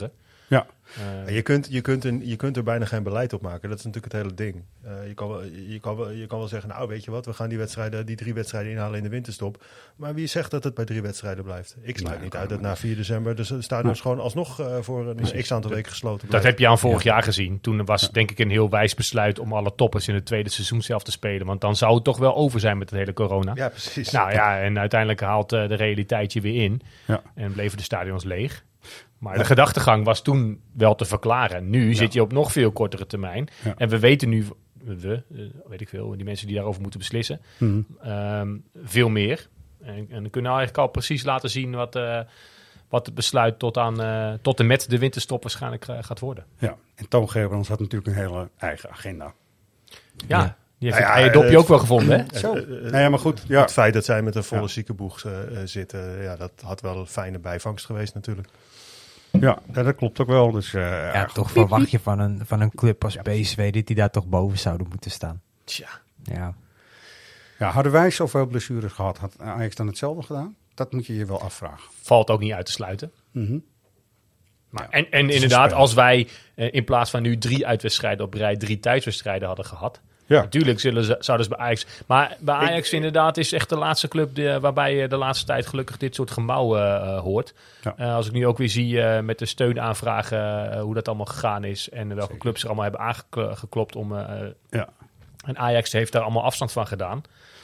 Ja. Uh, ja, je, kunt, je, kunt een, je kunt er bijna geen beleid op maken. Dat is natuurlijk het hele ding. Uh, je, kan wel, je, kan wel, je kan wel zeggen, nou weet je wat, we gaan die wedstrijden, die drie wedstrijden inhalen in de winterstop. Maar wie zegt dat het bij drie wedstrijden blijft? Ik sluit nee, niet uit dat na vier december de stadions nee. gewoon alsnog uh, voor een Precies. x aantal weken gesloten blijven. Dat heb je aan vorig ja. jaar gezien. Toen was ja. denk ik een heel wijs besluit om alle toppers in het tweede seizoen zelf te spelen. Want dan zou het toch wel over zijn met het hele corona. Ja, precies. Nou ja, en uiteindelijk haalt uh, de realiteit je weer in. Ja. En bleven de stadions leeg. Maar ja. de gedachtegang was toen wel te verklaren. Nu ja. zit je op nog veel kortere termijn. Ja. En we weten nu, we, weet ik veel, die mensen die daarover moeten beslissen, mm-hmm. um, veel meer. En, en dan kunnen we eigenlijk al precies laten zien wat, uh, wat het besluit tot, aan, uh, tot en met de winterstop waarschijnlijk uh, gaat worden. Ja, en Toon Gerbrands had natuurlijk een hele eigen agenda. Ja. ja. Die heeft nou ja, het dopje ook wel gevonden, hè? Zo. Nou ja, maar goed. Ja. Het feit dat zij met een volle ja. ziekenboeg uh, zitten, ja, dat had wel een fijne bijvangst geweest natuurlijk. Ja, ja, dat klopt ook wel. Dus, uh, ja, ja, toch verwacht je van een, van een club als ja. P S V dat die daar toch boven zouden moeten staan. Tja. Ja. Ja, hadden wij zoveel blessures gehad, had Ajax dan hetzelfde gedaan? Dat moet je je wel afvragen. Valt ook niet uit te sluiten. Mm-hmm. Maar, ja, en en inderdaad, als wij uh, in plaats van nu drie uitwedstrijden op rij drie thuiswedstrijden hadden gehad. Ja. Natuurlijk zullen ze, zouden ze bij Ajax... Maar bij Ajax ik, inderdaad is echt de laatste club die, waarbij je de laatste tijd gelukkig dit soort gemouwen uh, hoort. Ja. Uh, als ik nu ook weer zie uh, met de steunaanvragen uh, hoe dat allemaal gegaan is en welke Zeker. clubs er allemaal hebben aangeklopt om... Uh, ja. En Ajax heeft daar allemaal afstand van gedaan.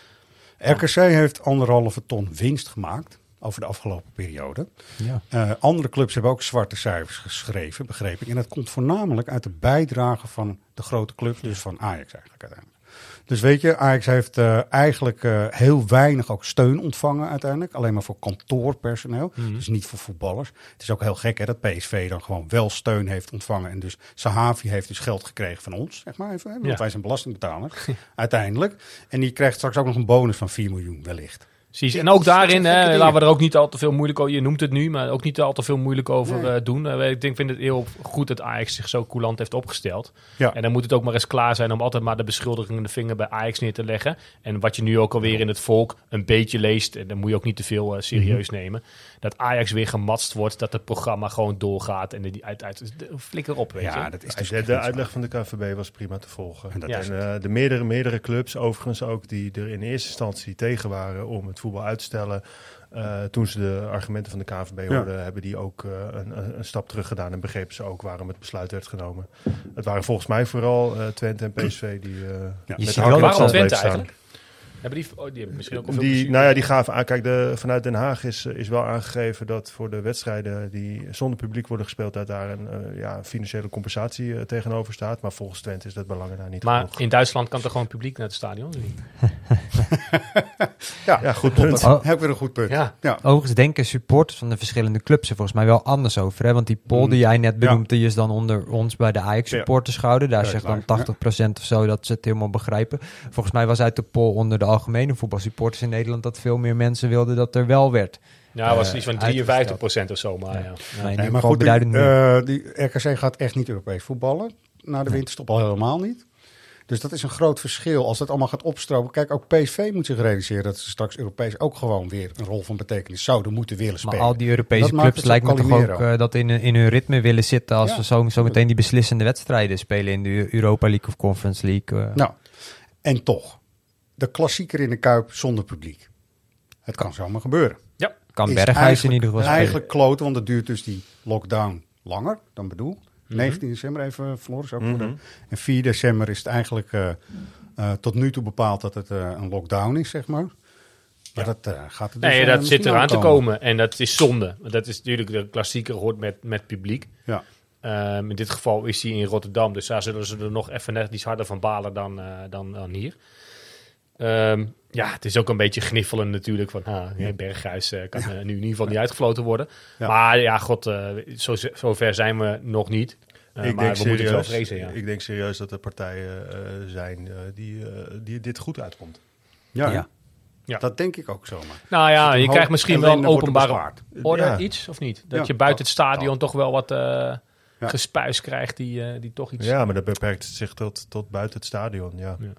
R K C heeft anderhalve ton winst gemaakt over de afgelopen periode. Ja. Uh, andere clubs hebben ook zwarte cijfers geschreven, begreep ik. En dat komt voornamelijk uit de bijdrage van de grote clubs, dus van Ajax eigenlijk uiteindelijk. Dus weet je, Ajax heeft uh, eigenlijk uh, heel weinig ook steun ontvangen uiteindelijk. Alleen maar voor kantoorpersoneel, mm-hmm. dus niet voor voetballers. Het is ook heel gek hè, dat P S V dan gewoon wel steun heeft ontvangen. En dus Sahavi heeft dus geld gekregen van ons, zeg maar even. Hè, want ja. wij zijn belastingbetaler, uiteindelijk. En die krijgt straks ook nog een bonus van vier miljoen wellicht. Precies, en ook daarin, hè, laten we er ook niet al te veel moeilijk over, je noemt het nu, maar ook niet al te veel moeilijk over nee. uh, doen. Uh, ik denk, vind het heel goed dat Ajax zich zo coulant heeft opgesteld. Ja. En dan moet het ook maar eens klaar zijn om altijd maar de beschuldiging de vinger bij Ajax neer te leggen. En wat je nu ook alweer in het volk een beetje leest, en dan moet je ook niet te veel uh, serieus mm-hmm. nemen, dat Ajax weer gematst wordt, dat het programma gewoon doorgaat en die uit, uit de, flikker op, weet ja, je. Dat is dus de, de uitleg van de K N V B was prima te volgen. En, dat ja. en uh, de meerdere, meerdere clubs, overigens ook, die er in eerste instantie tegen waren om het voetbal uit te stellen. Uh, toen ze de argumenten van de K N V B hoorden, ja. hebben die ook uh, een, een stap terug gedaan en begrepen ze ook waarom het besluit werd genomen. Het waren volgens mij vooral uh, Twente en P S V die uh, ja. met hard waarom Twente eigenlijk? Hebben die, oh, die hebben misschien ook al veel die, nou ja, die gaven aan. Kijk, de, vanuit Den Haag is, is wel aangegeven dat voor de wedstrijden die zonder publiek worden gespeeld, dat daar een uh, ja, financiële compensatie uh, tegenover staat. Maar volgens Twente is dat belangen daar niet maar genoeg. In Duitsland kan toch gewoon publiek naar het stadion? ja, ja, goed punt. Oh. Heb weer een goed punt. Ja. Ja. Overigens denken supporters van de verschillende clubs er volgens mij wel anders over. Hè? Want die poll die jij net benoemde, ja. is dan onder ons bij de Ajax supporters gehouden. Daar ja, zegt dan tachtig procent ja. of zo dat ze het helemaal begrijpen. Volgens mij was uit de poll onder de algemene voetbalsupporters in Nederland dat veel meer mensen wilden dat er wel werd. Ja, het was iets van drieënvijftig procent of zo. Maar, ja. Ja. Ja. Nee, nee, maar goed, die, uh, die R K C gaat echt niet Europees voetballen. Na de winterstop al helemaal niet. Dus dat is een groot verschil. Als dat allemaal gaat opstropen. Kijk, ook P S V moet zich realiseren dat ze straks Europees ook gewoon weer een rol van betekenis zouden moeten willen spelen. Maar al die Europese clubs lijkt me toch ook uh, dat in, in hun ritme willen zitten als ja. we zo, zo meteen die beslissende wedstrijden spelen in de Europa League of Conference League. Uh. Nou, en toch. De klassieker in de Kuip zonder publiek. Het kan zomaar gebeuren. Ja, kan Berghuis in ieder geval spelen. Eigenlijk kloten, want het duurt dus die lockdown langer dan bedoel. Mm-hmm. negentien december even, Floris ook mm-hmm. voor de, en vier december is het eigenlijk uh, uh, tot nu toe bepaald dat het uh, een lockdown is, zeg maar. Maar ja. dat uh, gaat er dus Nee, dat zit eraan te komen en dat is zonde. Dat is natuurlijk de klassieker hoort met, met publiek. Ja. Um, in dit geval is hij in Rotterdam, dus daar zullen ze er nog even net iets harder van balen dan, uh, dan, dan hier. Um, ja, het is ook een beetje gniffelen natuurlijk van ah, ja. Berghuis uh, kan uh, nu in ieder geval niet uitgefloten worden. Ja. Maar ja, god, uh, zo, zo ver zijn we nog niet. Uh, ik maar denk we serieus, moeten het wel vrezen, ja. Ik denk serieus dat er partijen uh, zijn uh, die, uh, die dit goed uitkomt. Ja, ja. ja, dat denk ik ook zomaar. Nou ja, je krijgt misschien wel een openbare orde ja. iets, of niet? Dat ja. je buiten het stadion ja. toch wel wat uh, ja. gespuis krijgt die, uh, die toch iets... Ja, maar dat beperkt zich tot, tot buiten het stadion, ja. ja.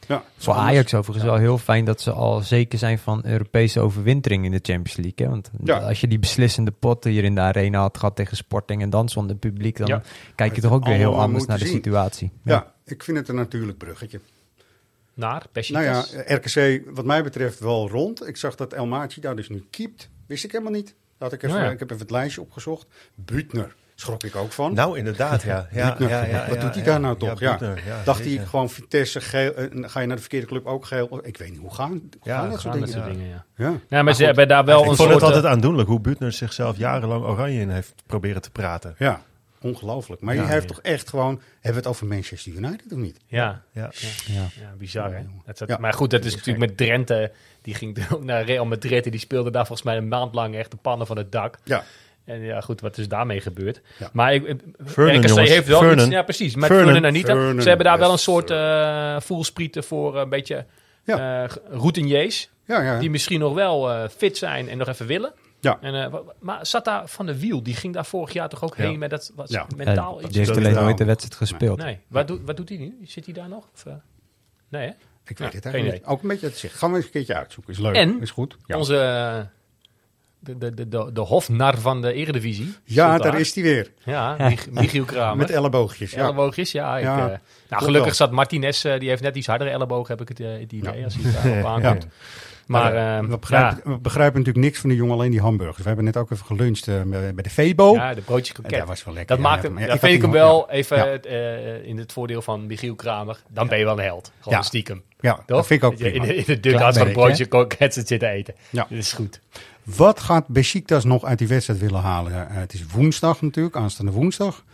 Ja, Voor Ajax overigens wel heel fijn dat ze al zeker zijn van Europese overwintering in de Champions League. Hè? Want Ja. als je die beslissende potten hier in de arena had gehad tegen Sporting en dan zonder publiek, dan Ja. kijk je toch ook weer heel allemaal anders naar de moeten zien. situatie. Ja, ik vind het een natuurlijk bruggetje. Naar Besiktas. Nou ja, R K C wat mij betreft wel rond. Ik zag dat El Maatje daar dus nu keept. Wist ik helemaal niet. Had ik, even, Nou ja. ik heb even het lijstje opgezocht. Butner, schrok ik ook van. Nou, inderdaad, ja. ja, Butner, ja, ja wat ja, doet hij ja, daar nou toch? Ja, Butner, ja, Dacht hij jeetje. gewoon Vitesse, geel, eh, ga je naar de verkeerde club ook geel? Ik weet niet, hoe gaan, hoe Ja, gaan dat soort Gaan dingen? dat soort dingen, ja. Ja. Nou, maar, Maar ze goed, hebben daar wel Ik een vond soort... het altijd eh, aandoenlijk hoe Butner zichzelf jarenlang oranje in heeft proberen te praten. Ja, ongelooflijk. Maar Ja, hij heeft ja. toch echt gewoon... Hebben we het over Manchester United of niet? Ja, Ja. ja. Ja. ja, bizar hè. Dat, dat, Ja. Maar goed, dat is natuurlijk met Drenthe. Die ging toen naar Real Madrid en die speelde daar volgens mij een maand lang echt de pannen van het dak. Ja. En ja, goed, wat is daarmee gebeurd? Ja. Maar ik, Vernon, R K C jongens. heeft wel Vernon. iets... Ja, precies. Met Vernon. Vernon en Anita. Vernon, Ze hebben daar wel een yes, soort uh, voelsprieten voor een beetje Ja. uh, routiniers. Ja, ja. Die misschien nog wel uh, fit zijn en nog even willen. Ja. En, uh, maar zat daar Van de Wiel, die ging daar vorig jaar toch ook Ja. heen met dat wat, Ja. mentaal Ja, iets? die heeft alleen nooit de wedstrijd gespeeld. Nee, wat, doet, wat doet hij nu? Zit hij daar nog? Of, uh, nee hè? Ik weet Ja, het geen eigenlijk niet. Ook een beetje het zicht. Gaan we eens een keertje uitzoeken. Is leuk. En is goed. Ja, Onze, uh, de, de, de, de, de hofnar van de Eredivisie. ja zit daar is hij weer. Ja, Mich- Michiel Kramer. Met elleboogjes. Ja. elleboogjes, ja. Ik, Ja, uh, klopt nou, gelukkig wel. zat Martinez, uh, die heeft net iets hardere elleboog, heb ik het, uh, het idee, Ja. als hij daarop aankomt. Maar, uh, we, begrijpen, ja, we begrijpen natuurlijk niks van die jongen, alleen die hamburgers. We hebben net ook even geluncht uh, bij de Febo. ja, de broodje En kroket. dat was wel lekker. Dat ja, maakt ja, hem, maar dat ik had vind ik die hem nog- wel even Ja. uh, in het voordeel van Michiel Kramer. Dan ben je wel een held. Gewoon Ja. stiekem. Ja, Toch? dat vind ik ook Dat je prima. in, in de dugout van een Klaarwerk, broodje kroket zit zitten eten. Ja. Dat is goed. Wat gaat Besiktas nog uit die wedstrijd willen halen? Uh, het is woensdag natuurlijk, aanstaande woensdag.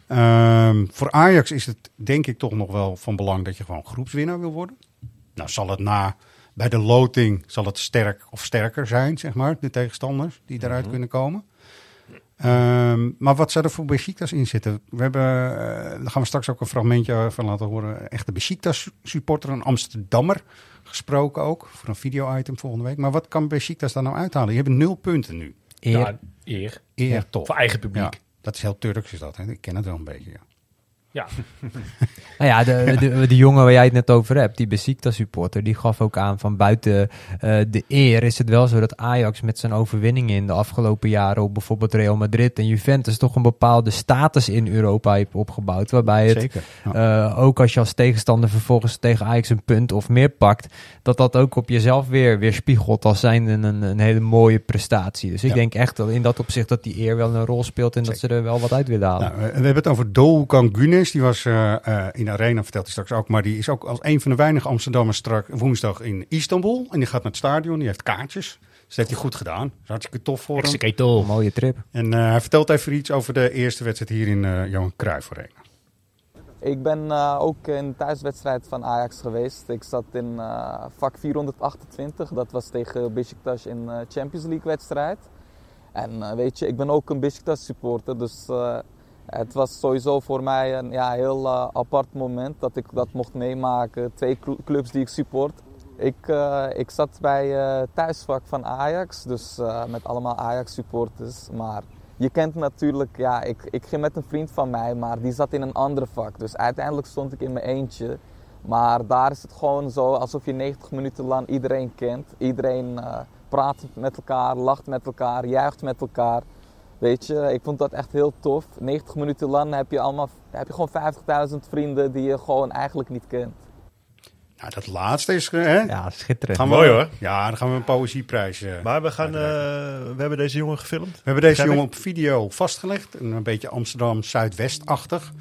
Um, voor Ajax is het denk ik toch nog wel van belang dat je gewoon groepswinnaar wil worden. Nou zal het na, bij de loting zal het sterk of sterker zijn, zeg maar, de tegenstanders die daaruit Mm-hmm. kunnen komen. Um, maar wat zou er voor Besiktas in zitten? We hebben, uh, daar gaan we straks ook een fragmentje van laten horen. Echte Besiktas supporter, een Amsterdammer gesproken ook. Voor een video-item volgende week. Maar wat kan Besiktas daar nou uithalen? Je hebt nul punten nu. Eer. Ja, eer. Eer Ja, toch. voor eigen publiek. Ja, dat is heel Turks is dat. Hè? Ik ken het wel een beetje, ja. Ja. Nou ja, de, de, de jongen waar jij het net over hebt, die Besiktas supporter, die gaf ook aan van buiten uh, de eer is het wel zo dat Ajax met zijn overwinningen in de afgelopen jaren op bijvoorbeeld Real Madrid en Juventus toch een bepaalde status in Europa heeft opgebouwd. Waarbij het, Zeker. Ja. uh, ook als je als tegenstander vervolgens tegen Ajax een punt of meer pakt, dat dat ook op jezelf weer, weer spiegelt als zijnde een, een hele mooie prestatie. Dus ik Ja. denk echt dat in dat opzicht dat die eer wel een rol speelt en dat ze er wel wat uit willen halen. Nou, we hebben het over Doğukan Güneş. Die was uh, uh, in de arena, vertelt hij straks ook. Maar die is ook als een van de weinige Amsterdammers strak woensdag in Istanbul. En die gaat naar het stadion. Die heeft kaartjes. Dus dat heeft hij goed gedaan. Dat is hartstikke tof voor hem. Executor. Een mooie trip. En uh, hij vertelt even iets over de eerste wedstrijd hier in uh, Johan Cruijff Arena. Ik ben uh, ook in de thuiswedstrijd van Ajax geweest. Ik zat in uh, vak vierhonderdachtentwintig. Dat was tegen Besiktas in uh, Champions League wedstrijd. En uh, weet je, ik ben ook een Besiktas supporter. Dus uh, het was sowieso voor mij een ja, heel uh, apart moment dat ik dat mocht meemaken. Twee clubs die ik support. Ik, uh, ik zat bij het uh, thuisvak van Ajax, dus uh, met allemaal Ajax supporters. Maar je kent natuurlijk, ja, ik, ik ging met een vriend van mij, maar die zat in een andere vak. Dus uiteindelijk stond ik in mijn eentje. Maar daar is het gewoon zo alsof je negentig minuten lang iedereen kent. Iedereen uh, praat met elkaar, lacht met elkaar, juicht met elkaar. Weet je, ik vond dat echt heel tof. negentig minuten lang heb je, allemaal, heb je gewoon vijftigduizend vrienden die je gewoon eigenlijk niet kent. Nou, dat laatste is... Hè? Ja, schitterend. Gaan we, Mooi hoor. Ja, dan gaan we een poëzieprijs... Uh, Maar we, gaan, uh, we hebben deze jongen gefilmd. We hebben deze Begrijp jongen ik? op video vastgelegd. Een, een beetje Amsterdam-Zuidwest-achtig.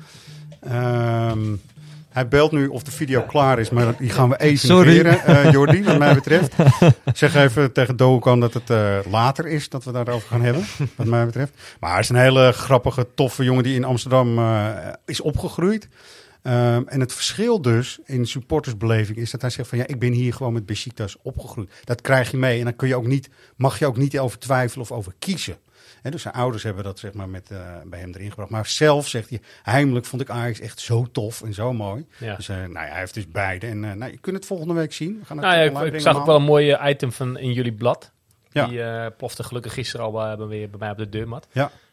Um, hij belt nu of de video klaar is, maar die gaan we even Sorry. negeren, uh, Jordi, wat mij betreft. Zeg even tegen Doğukan dat het uh, later is, dat we daarover gaan hebben, wat mij betreft. Maar hij is een hele grappige, toffe jongen die in Amsterdam uh, is opgegroeid. Um, en het verschil dus in supportersbeleving is dat hij zegt van ja, ik ben hier gewoon met Besiktas opgegroeid. Dat krijg je mee en dan kun je ook niet, mag je ook niet over twijfelen of over kiezen. He, dus zijn ouders hebben dat zeg maar met, uh, bij hem erin gebracht. Maar zelf zegt hij, heimelijk vond ik Ajax echt zo tof en zo mooi. Ja. Dus uh, nou ja, hij heeft dus beide. En uh, nou, je kunt het volgende week zien. We gaan het Nou ja, ik, online ik brengen zag ook wel allemaal. een mooie item van in jullie blad. Ja. Die uh, plofte gelukkig gisteren al uh, weer bij mij op de deurmat. Ja.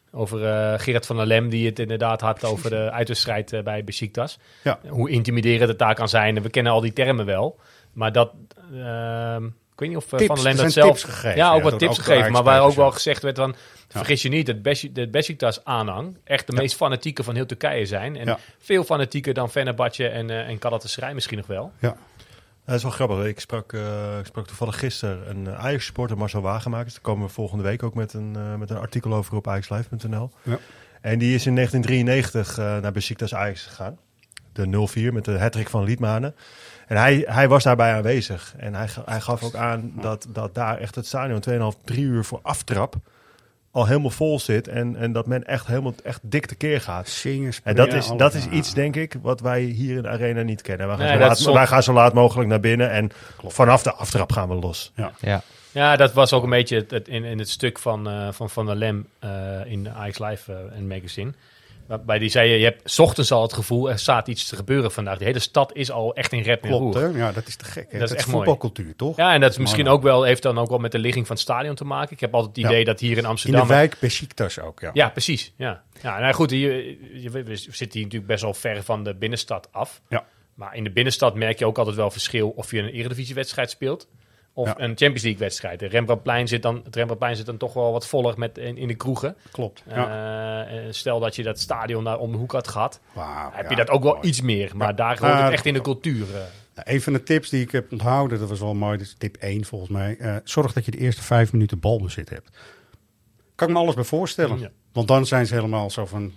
Over uh, Gerard van der Lem, die het inderdaad had over de uitwedstrijd uh, bij Besiktas. Ja. Hoe intimiderend het daar kan zijn. En we kennen al die termen wel. Maar dat... Uh, ik weet niet of uh, tips, Van der Lem dat zelf... zelf... Gegeven, ja, ook ja, wat tips gegeven. Maar waar ook wel gezegd werd van... Ja. Vergis je niet, dat Bes- de Besiktas-aanhang echt de ja. meest fanatieke van heel Turkije zijn. En ja. veel fanatieker dan Fenerbahce en, uh, en Galatasaray misschien nog wel. Ja. Dat is wel grappig. Ik sprak, uh, ik sprak toevallig gisteren een uh, Ajax-supporter, Marcel Wagenmakers. Daar komen we volgende week ook met een, uh, met een artikel over op ajax live punt n l. Ja. En die is in negentien drieënnegentig uh, naar Besiktas Ajax gegaan. De nul vier met de hattrick van Liedmanen. En hij, hij was daarbij aanwezig. En hij, hij gaf ook aan dat, dat daar echt het stadion tweeënhalf, drie uur voor aftrap al helemaal vol zit. En, en dat men echt helemaal echt dik tekeer gaat. Zingen, en dat is, dat is iets, denk ik, wat wij hier in de arena niet kennen. Wij gaan, nee, zo, laat, zo... wij gaan zo laat mogelijk naar binnen. En Klopt. vanaf de aftrap gaan we los. Ja, ja. ja dat was ook een beetje het, het, in, in het stuk van uh, Van, van der Lem uh, in Ajax Live uh, en Magazine. Waarbij die zei, je hebt 's ochtends al het gevoel, er staat iets te gebeuren vandaag. De hele stad is al echt in rep en roer. Klopt, hè? Ja, dat is te gek. Hè? Dat, dat is echt voetbalcultuur, mooi. toch? Ja, en dat is misschien ook wel, heeft dan ook wel met de ligging van het stadion te maken. Ik heb altijd het idee ja. dat hier in Amsterdam... In de wijk Besiktas ook, ja. Ja, precies. Ja, ja nou goed, hier, je, we zitten hier natuurlijk best wel ver van de binnenstad af. Ja. Maar in de binnenstad merk je ook altijd wel verschil of je een Eredivisiewedstrijd speelt... Of ja. een Champions League wedstrijd. De Rembrandtplein zit dan, het Rembrandtplein zit dan toch wel wat voller met in, in de kroegen. Klopt. Ja. Uh, stel dat je dat stadion daar om de hoek had gehad. Wow, heb ja, je dat ook wel mooi. iets meer. Maar ja. daar hoort uh, het echt in de cultuur. Uh. Nou, een van de tips die ik heb onthouden, dat was wel mooi. Dat is tip één volgens mij. Uh, zorg dat je de eerste vijf minuten balbezit hebt. Kan ik me alles bij voorstellen. Ja. Want dan zijn ze helemaal zo van...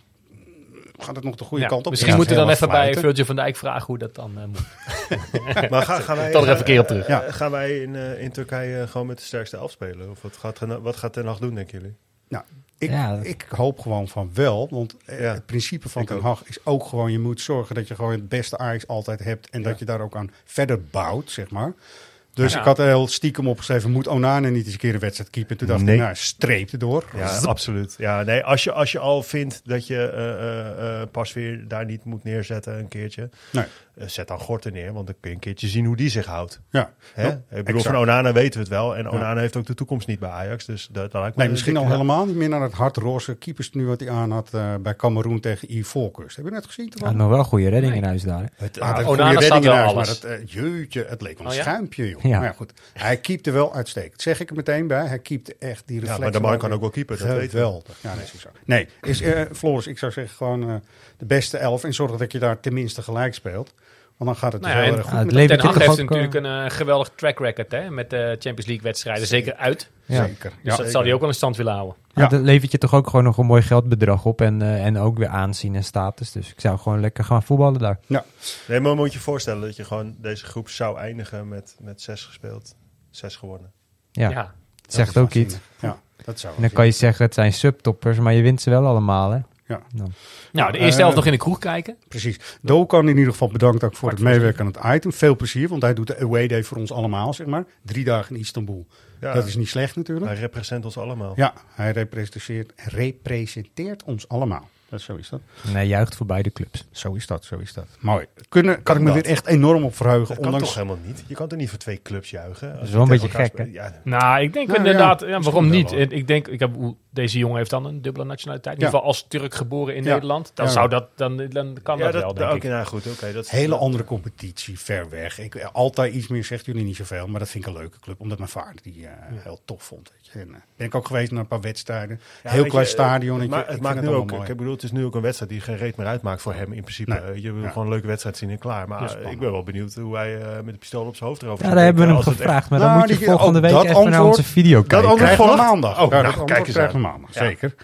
Gaat het nog de goede ja, kant op? Misschien ja, moeten we dan even fluiten. bij Virgil van Dijk vragen hoe dat dan uh, moet. Maar gaan, gaan wij, toch even een keer op terug. Ja. Gaan wij in, uh, in Turkije gewoon met de sterkste elf spelen? Of wat gaat, wat gaat Ten Hag doen, denken jullie? Nou, ik, ja. ik hoop gewoon van wel. Want ja. het principe van ik Ten Hag is ook gewoon... je moet zorgen dat je gewoon het beste Ajax altijd hebt... en ja. dat je daar ook aan verder bouwt, zeg maar. Dus ja. ik had er heel stiekem opgeschreven... moet Onana niet eens een keer een wedstrijd keepen? Toen dacht nee. ik, nou, streep erdoor. Ja, absoluut. Ja, nee, als, je, als je al vindt dat je uh, uh, uh, pas weer daar niet moet neerzetten een keertje... Nee. Uh, zet dan Gorten neer, want dan kun je een keertje zien hoe die zich houdt. Ja. Hè? Ja, ik bedoel, exact. Van Onana weten we het wel. En Onana ja. heeft ook de toekomst niet bij Ajax. Dus dat, dat lijkt me nee, misschien al helemaal niet meer naar het hardroze keeperstenuur... wat hij aan had uh, bij Cameroen tegen Ivoorkust. Heb je net gezien? Ja, nog wel een goede redding nee. in huis daar. Het, ah, het Onana staat wel alles. Maar het, uh, jeutje, het leek wel een oh, ja? schuimpje, joh. Ja. Maar ja, goed. Hij keepte wel uitstekend. Zeg ik er meteen bij. Hij keepte echt die reflex. Ja, maar de man kan ook wel keeper. Dat weet wel. Ja, nee, is zo. Nee, is, uh, Floris, ik zou zeggen gewoon uh, de beste elf. En zorg dat je daar tenminste gelijk speelt. Want dan gaat het nou dus ja, heel erg goed. Uh, Ten Hag heeft ook, natuurlijk een uh, geweldig track record hè, met de Champions League wedstrijden. Zeker, zeker uit. Ja. Zeker. Dus ja, dat zal hij ook wel in stand willen houden. Ja. Ja, dat levert je toch ook gewoon nog een mooi geldbedrag op. En, uh, en ook weer aanzien en status. Dus ik zou gewoon lekker gaan voetballen daar. Ja. Nee, maar moet je je voorstellen dat je gewoon deze groep zou eindigen met, met zes gespeeld. Zes gewonnen. Ja, ja. Dat zegt ook iets. Ja, dat zou en dan kan je zeggen het zijn subtoppers. Maar je wint ze wel allemaal hè. Ja. Dan. Nou, de eerste helft uh, nog in de kroeg kijken. Precies. Dokan in ieder geval bedankt ook voor Hart het meewerken aan het item. Veel plezier, want hij doet de away day voor ons allemaal, zeg maar. Drie dagen in Istanbul. Ja, dat is niet slecht natuurlijk. Hij representeert ons allemaal. Ja, hij representeert, representeert ons allemaal. Dat, zo is dat. En hij juicht voor beide clubs. Zo is dat, zo is dat. Mooi. Kunnen, kan, kan ik me dat? weer echt enorm op verheugen. Dat ondanks... kan toch helemaal niet? Je kan toch niet voor twee clubs juichen? Dat is wel een beetje gek, hè? Ja. Nou, ik denk nou, inderdaad... Ja, ja, waarom niet? Wel. Ik denk, ik heb, deze jongen heeft dan een dubbele nationaliteit. In ja. ieder geval als Turk geboren in ja. Nederland. Dan, ja. zou dat, dan, dan kan ja, dat, dat wel, denk okay, ik. Nou, goed, okay, dat Hele andere competitie, ver weg. Ik, altijd iets meer, zegt jullie niet zoveel. Maar dat vind ik een leuke club. Omdat mijn vader die uh, ja. heel tof vond. Weet je. En, uh, ben ik ook geweest naar een paar wedstrijden. Ja, heel klein je, stadion. Het, je, het, het maakt nu ook... Ik bedoel, het is nu ook een wedstrijd die geen reet meer uitmaakt voor hem in principe. Nee. Je wil ja. gewoon een leuke wedstrijd zien en klaar. Maar ik ben wel benieuwd hoe hij uh, met de pistool op zijn hoofd erover Ja, daar hebben we hem gevraagd. Echt... Maar dan nou, moet je die, volgende week even antwoord, naar onze video kijken. Dat antwoord voor maandag. Oh, ja, nou, dat kijk eens krijgen we maandag. Ja. Zeker.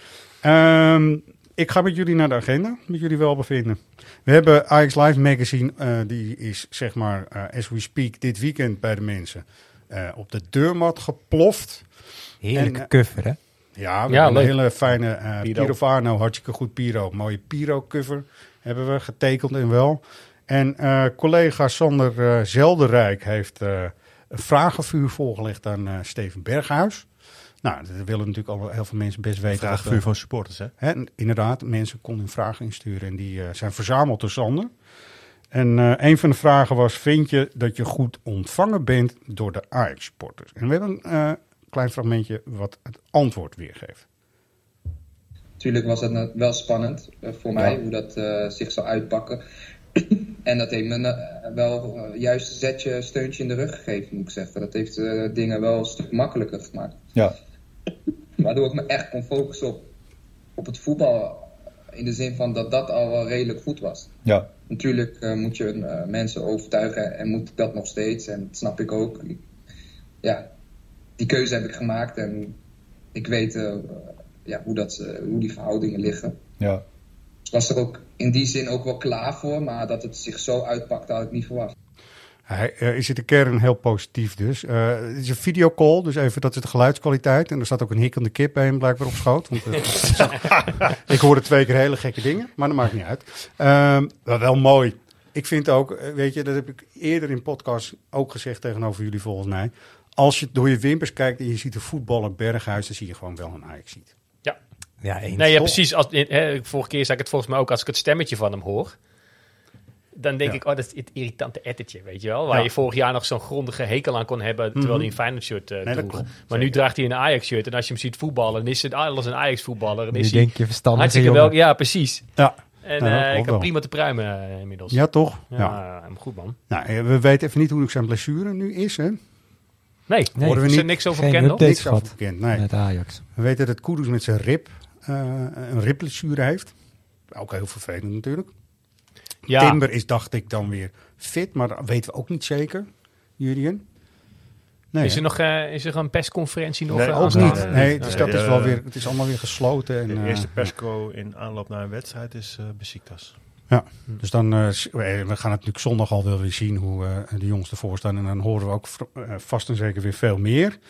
Um, ik ga met jullie naar de agenda. Met jullie wel bevinden. We hebben Ajax Live Magazine. Uh, die is zeg maar uh, as we speak dit weekend bij de mensen uh, op de deurmat geploft. Heerlijke en, uh, cover, hè? Ja, we ja, hebben een hele fijne uh, Piro. Piro Varno, hartstikke goed Piro. Mooie Piro cover hebben we getekend en wel. En uh, collega Sander uh, Zelderrijk heeft uh, een vragenvuur voorgelegd aan uh, Steven Berghuis. Nou, dat willen natuurlijk al heel veel mensen best weten. Vragenvuur uh, van supporters, hè? hè? Inderdaad, mensen konden hun vragen insturen en die uh, zijn verzameld door Sander. En uh, een van de vragen was, vind je dat je goed ontvangen bent door de Ajax-supporters? En we hebben een uh, klein fragmentje wat het antwoord weergeeft. Natuurlijk was dat nou wel spannend uh, voor mij, Ja. hoe dat uh, zich zou uitpakken. En dat heeft me uh, wel uh, juist een zetje, steuntje in de rug gegeven, moet ik zeggen. Dat heeft uh, dingen wel een stuk makkelijker gemaakt. Ja. Waardoor ik me echt kon focussen op, op het voetbal. In de zin van dat dat al wel redelijk goed was. Ja. Natuurlijk uh, moet je uh, mensen overtuigen en moet ik dat nog steeds. En dat snap ik ook. Ja, die keuze heb ik gemaakt en ik weet uh, ja, hoe, dat, uh, hoe die verhoudingen liggen. Ja. Dus ik was er ook in die zin ook wel klaar voor, maar dat het zich zo uitpakte had ik niet verwacht. Hij uh, is in de kern heel positief dus. Uh, het is een videocall, dus even dat is de geluidskwaliteit. En er staat ook een hikkende kip bij hem blijkbaar op schoot. Want, uh, ik hoorde twee keer hele gekke dingen, maar dat maakt niet uit. Uh, maar wel mooi. Ik vind ook, weet je, dat heb ik eerder in podcast ook gezegd tegenover jullie volgens mij. Als je door je wimpers kijkt en je ziet een voetballer Berghuis, dan zie je gewoon wel een Ajax-ziet. Ja. Ja, eens. Nee, ja, precies. Als, hè, vorige keer zei ik het volgens mij ook, als ik het stemmetje van hem hoor, dan denk Ja. ik, oh, dat is het irritante ettertje, weet je wel. Waar Ja. je vorig jaar nog zo'n grondige hekel aan kon hebben, terwijl Mhm. hij een Feyenoord shirt uh, Nee, dat droeg. klopt. Maar Zeker. nu draagt hij een Ajax shirt en als je hem ziet voetballen, dan is het alles een Ajax voetballer. Dan Nu is hij denk je verstandige hartstikke jongen. wel. Ja, precies. Ja. En Nou, dat uh, ik klopt heb wel. prima te pruimen uh, inmiddels. Ja, toch? Ja, Ja. uh, goed man. Nou, we weten even niet hoe zijn blessure nu is, hè? Nee, Nee, horen we is er niet. niks over Geen bekend nog? updates Niks over gehad bekend, nee. met Ajax. We weten dat Kudus met zijn rib uh, een ribblessure heeft. Ook heel vervelend natuurlijk. Ja, Timber is, dacht ik, dan weer fit, maar dat weten we ook niet zeker, Jurien. Nee, is, er hè? nog, uh, is er een persconferentie nog? Nee, uh, ook aanstaande? niet. nee, Nee, nee, dus nee, dat is eh, wel weer, het is allemaal weer gesloten. En, De uh, eerste persco in aanloop naar een wedstrijd is uh, Besiktas. ja, dus dan, uh, s- we gaan het natuurlijk zondag al wel weer zien hoe uh, de jongens ervoor staan. En dan horen we ook v- uh, vast en zeker weer veel meer.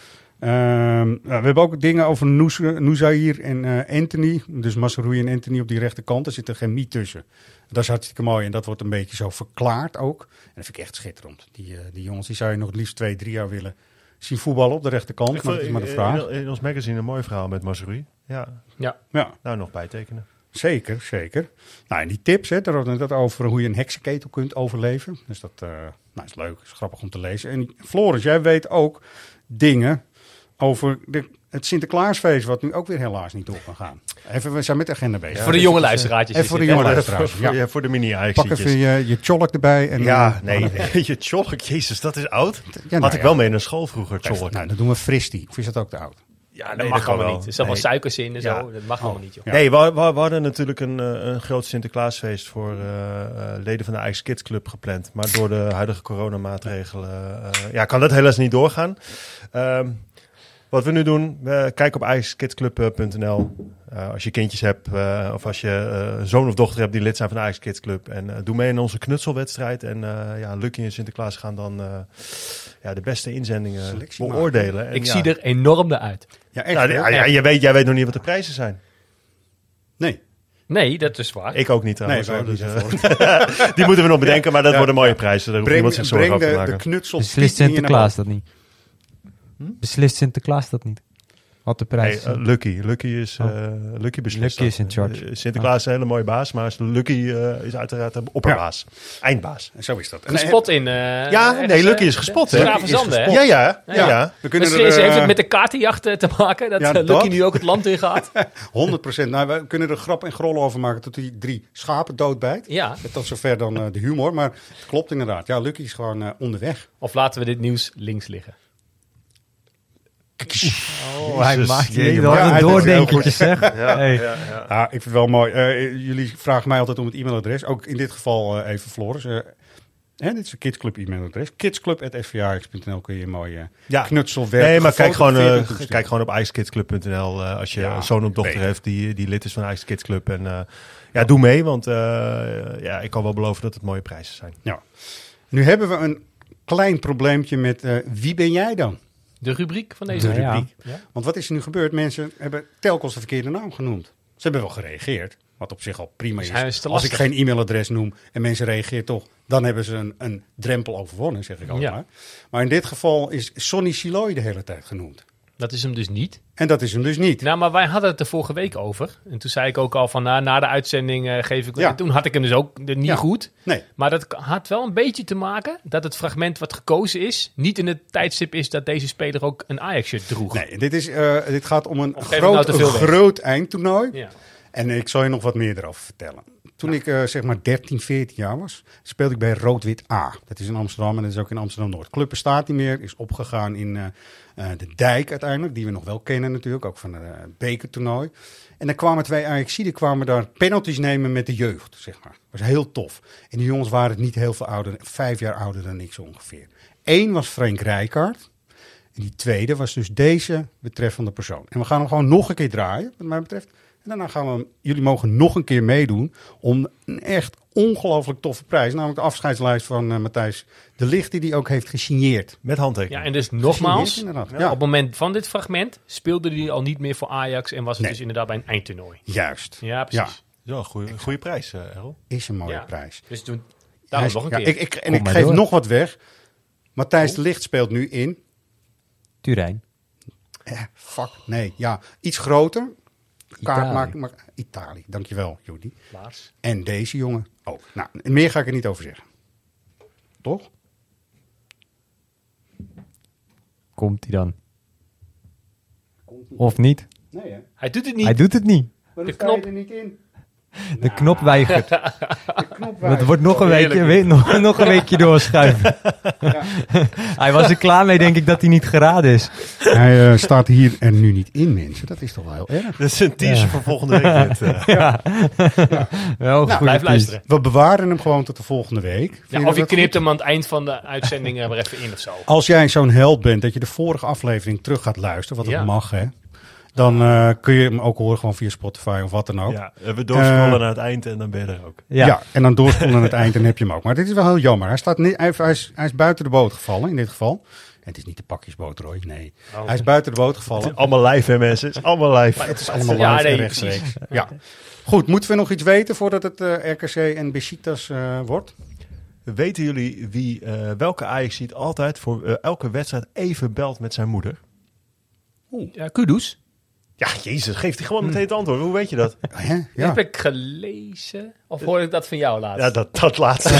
Ehm, nou, we hebben ook dingen over Nouz- Nouzaïr en uh, Anthony. Dus Mazraoui en Anthony op die rechterkant. Er zit een chemie tussen. Dat is hartstikke mooi en dat wordt een beetje zo verklaard ook. En dat vind ik echt schitterend. Die, uh, die jongens die zou je nog het liefst twee, drie jaar willen zien voetballen op de rechterkant. Ik Maar vond dat is maar de in- vraag. In, in ons magazine een mooi verhaal met Mazraoui. Ja, Ja. Ja, nou nog bijtekenen. zeker, zeker. Nou, en die tips, hè, daar hadden we het over hoe je een heksenketel kunt overleven. Dus dat uh, nou, is leuk, is grappig om te lezen. En Floris, jij weet ook dingen over de, het Sinterklaasfeest, wat nu ook weer helaas niet door kan gaan. Even, we zijn met de agenda bezig. Voor de jonge luisteraartjes. Even is voor de dit, hè? jonge Voor, luisteraars. voor, Ja. ja, voor de mini Pak Ajax-ietjes. even je, je tjolk erbij. En, Ja, uh, nee, oh, je tjolk, jezus, dat is oud. ja, nou Had ik ja. wel mee naar school vroeger, tjolk. Nou, dan doen we fristie. Of is dat ook te oud? Ja, Dat nee, mag kan allemaal wel. niet. Er zitten allemaal Nee. suikers in en Ja. zo. Dat mag allemaal niet, joh. Ja. Nee, we, we, we hadden natuurlijk een, eh, een groot Sinterklaasfeest voor uh, uh, leden van de Ajax Kids Club gepland. Maar door de huidige coronamaatregelen uh, ja, kan dat helaas niet doorgaan. Um, wat we nu doen, we kijken op ajax kids club punt n l. Uh, als je kindjes hebt uh, of als je uh, zoon of dochter hebt die lid zijn van de Ajax Kids Club. En uh, doe mee in onze knutselwedstrijd. En uh, ja, Lucky en Sinterklaas gaan dan uh, ja, de beste inzendingen Selectie beoordelen. En Ik ja, zie er enorm naar uit. Ja, echt. Nou, hè? ja, ja, je weet, jij weet nog niet wat de prijzen zijn. Nee. Nee, dat is waar. Ik ook niet Nee, trouwens. wij hoor, ook niet. dus, uh, die moeten we nog bedenken, maar dat Ja, worden mooie ja. prijzen. Daar hoeft Breng, niemand zich zorgen breng over te de, de maken. knutsel Beslist Piet in je naar Sinterklaas boven. dat niet. Beslist Sinterklaas dat niet. Wat de prijs is. Nee, uh, Lucky. Lucky is, uh, Lucky beslist. Lucky is dat. in charge. Uh, Sinterklaas is een hele mooie baas, maar Lucky uh, is uiteraard de opperbaas. Eindbaas. En zo is dat. En, Gespot in... Uh, Ja, ergens, nee, Lucky uh, is gespot, hè? Gravenzande, hè? Ja, ja. ja, Ja. ja. we kunnen Misschien er, heeft uh, het met de kaartenjacht uh, te maken, dat Ja, uh, Lucky dat. nu ook het land in gaat. honderd procent. Nou, we kunnen er grap en grollen over maken tot die drie schapen doodbijt. Ja, Tot zover dan uh, de humor. Maar het klopt inderdaad. Ja, Lucky is gewoon uh, onderweg. of laten we dit nieuws links liggen. Oh, hij Jezus, maakt jee, hier man. wel Ja, een hij doet het heel doordenkertje, zeg. Ja, Hey. ja, ja. Ah, ik vind het wel mooi. Uh, jullie vragen mij altijd om het e-mailadres. Ook in dit geval uh, even Floris. Uh, hè, dit is een Kidsclub e-mailadres. kidsclub at s v a x punt n l kun je een mooie Ja. knutselwerk. Nee, maar kijk gewoon, uh, gefotografeerd toesturen. kijk gewoon op ajax kids club punt n l uh, als je Ja, een zoon of dochter beter. heeft die, die lid is van de Ajax Kids Club. En uh, ja, doe mee, want uh, ja, ik kan wel beloven dat het mooie prijzen zijn. Ja. Nu hebben we een klein probleempje met uh, wie ben jij dan? De rubriek van deze De week. rubriek. Ja. Want wat is er nu gebeurd? Mensen hebben telkens de verkeerde naam genoemd. Ze hebben wel gereageerd, wat op zich al prima is. Zijn we te Als ik lastig? geen e-mailadres noem en mensen reageren toch, dan hebben ze een, een drempel overwonnen, zeg ik altijd Ja. maar. Maar in dit geval is Sonny Siloy de hele tijd genoemd. Dat is hem dus niet. En dat is hem dus niet. Nou, maar wij hadden het er vorige week over. En toen zei ik ook al van, na, na de uitzending uh, geef ik... Ja. En toen had ik hem dus ook uh, niet Ja. goed. Nee. Maar dat had wel een beetje te maken dat het fragment wat gekozen is... niet in het tijdstip is dat deze speler ook een Ajax-shirt droeg. Nee, dit, is, uh, dit gaat om een Of geef ik nou groot, te veel weg? groot eindtoernooi. Ja. En ik zal je nog wat meer erover vertellen. Toen ik uh, zeg maar dertien, veertien jaar was, speelde ik bij Rood-Wit A. Dat is in Amsterdam en dat is ook in Amsterdam-Noord. Club bestaat niet meer, is opgegaan in uh, uh, de Dijk uiteindelijk, die we nog wel kennen natuurlijk, ook van het uh, bekertoernooi. En dan kwamen twee Ajaxiden kwamen daar penalties nemen met de jeugd, zeg maar. Dat was heel tof. En die jongens waren niet heel veel ouder, vijf jaar ouder dan ik zo ongeveer. Eén was Frank Rijkaard. En die tweede was dus deze betreffende persoon. En we gaan hem gewoon nog een keer draaien, wat mij betreft. En daarna gaan we, jullie mogen nog een keer meedoen om een echt ongelooflijk toffe prijs. Namelijk de afscheidslijst van uh, Matthijs de Ligt, die die ook heeft gesigneerd. Met handtekening. Ja, en dus nogmaals, ja. Ja. op het moment van dit fragment speelde hij al niet meer voor Ajax en was het nee. dus inderdaad bij een eindtoernooi. Juist. Ja, precies. Ja, een goede, goede prijs, uh, Errol. Is een mooie ja. prijs. Dus toen, daarom nog een ja, keer. Ik, ik, en Kom ik geef door. nog wat weg. Matthijs oh. de Ligt speelt nu in... Turijn. Eh, fuck, nee. Ja, iets groter. Kaart Italië. maken, maar Italië. Dankjewel, Jody. Laars. En deze jongen ook. Nou, meer ga ik er niet over zeggen. Toch? Komt hij dan? Of niet? Nee, hè? Hij doet het niet. Hij doet het niet. Maar de knop knop er niet in. De nou. knop weigert. De knop weigert. Het wordt nog een, weekje, weet, nog, nog een weekje doorschuiven. Ja. Hij was er klaar mee, denk ik, dat hij niet geraden is. Hij uh, staat hier er nu niet in, mensen. Dat is toch wel heel erg. Dat is een teaser ja. voor volgende week. Dit, uh. ja. ja. Wel nou, blijf luisteren. We bewaren hem gewoon tot de volgende week. Ja, of je knipt hem aan het eind van de uitzending er even in of zo. Als jij zo'n held bent dat je de vorige aflevering terug gaat luisteren, wat ja. dat mag, hè. Dan uh, kun je hem ook horen gewoon via Spotify of wat dan ook. Ja, we doorscrollen uh, naar het eind en dan ben je er ook. Ja, ja en dan doorscrollen naar het eind en heb je hem ook. Maar dit is wel heel jammer. Hij, staat niet, hij, hij, is, hij is buiten de boot gevallen in dit geval. En het is niet de pakjesboot, Roy. Nee. Oh. Hij is buiten de boot gevallen. Het is allemaal live, hè, mensen. Het is allemaal live. Maar het is allemaal live ja, nee, en rechtstreeks. Ja. Goed, moeten we nog iets weten voordat het uh, R K C en Besiktas uh, wordt? Weten jullie wie, uh, welke Ajaxiet altijd voor uh, elke wedstrijd even belt met zijn moeder? Oeh. Ja, Kudus. Ja, jezus, geeft hij gewoon meteen het antwoord. Hoe weet je dat? Ja, ja. Dat heb ik gelezen. Of hoorde ik dat van jou laatst? Ja, dat, dat laatste.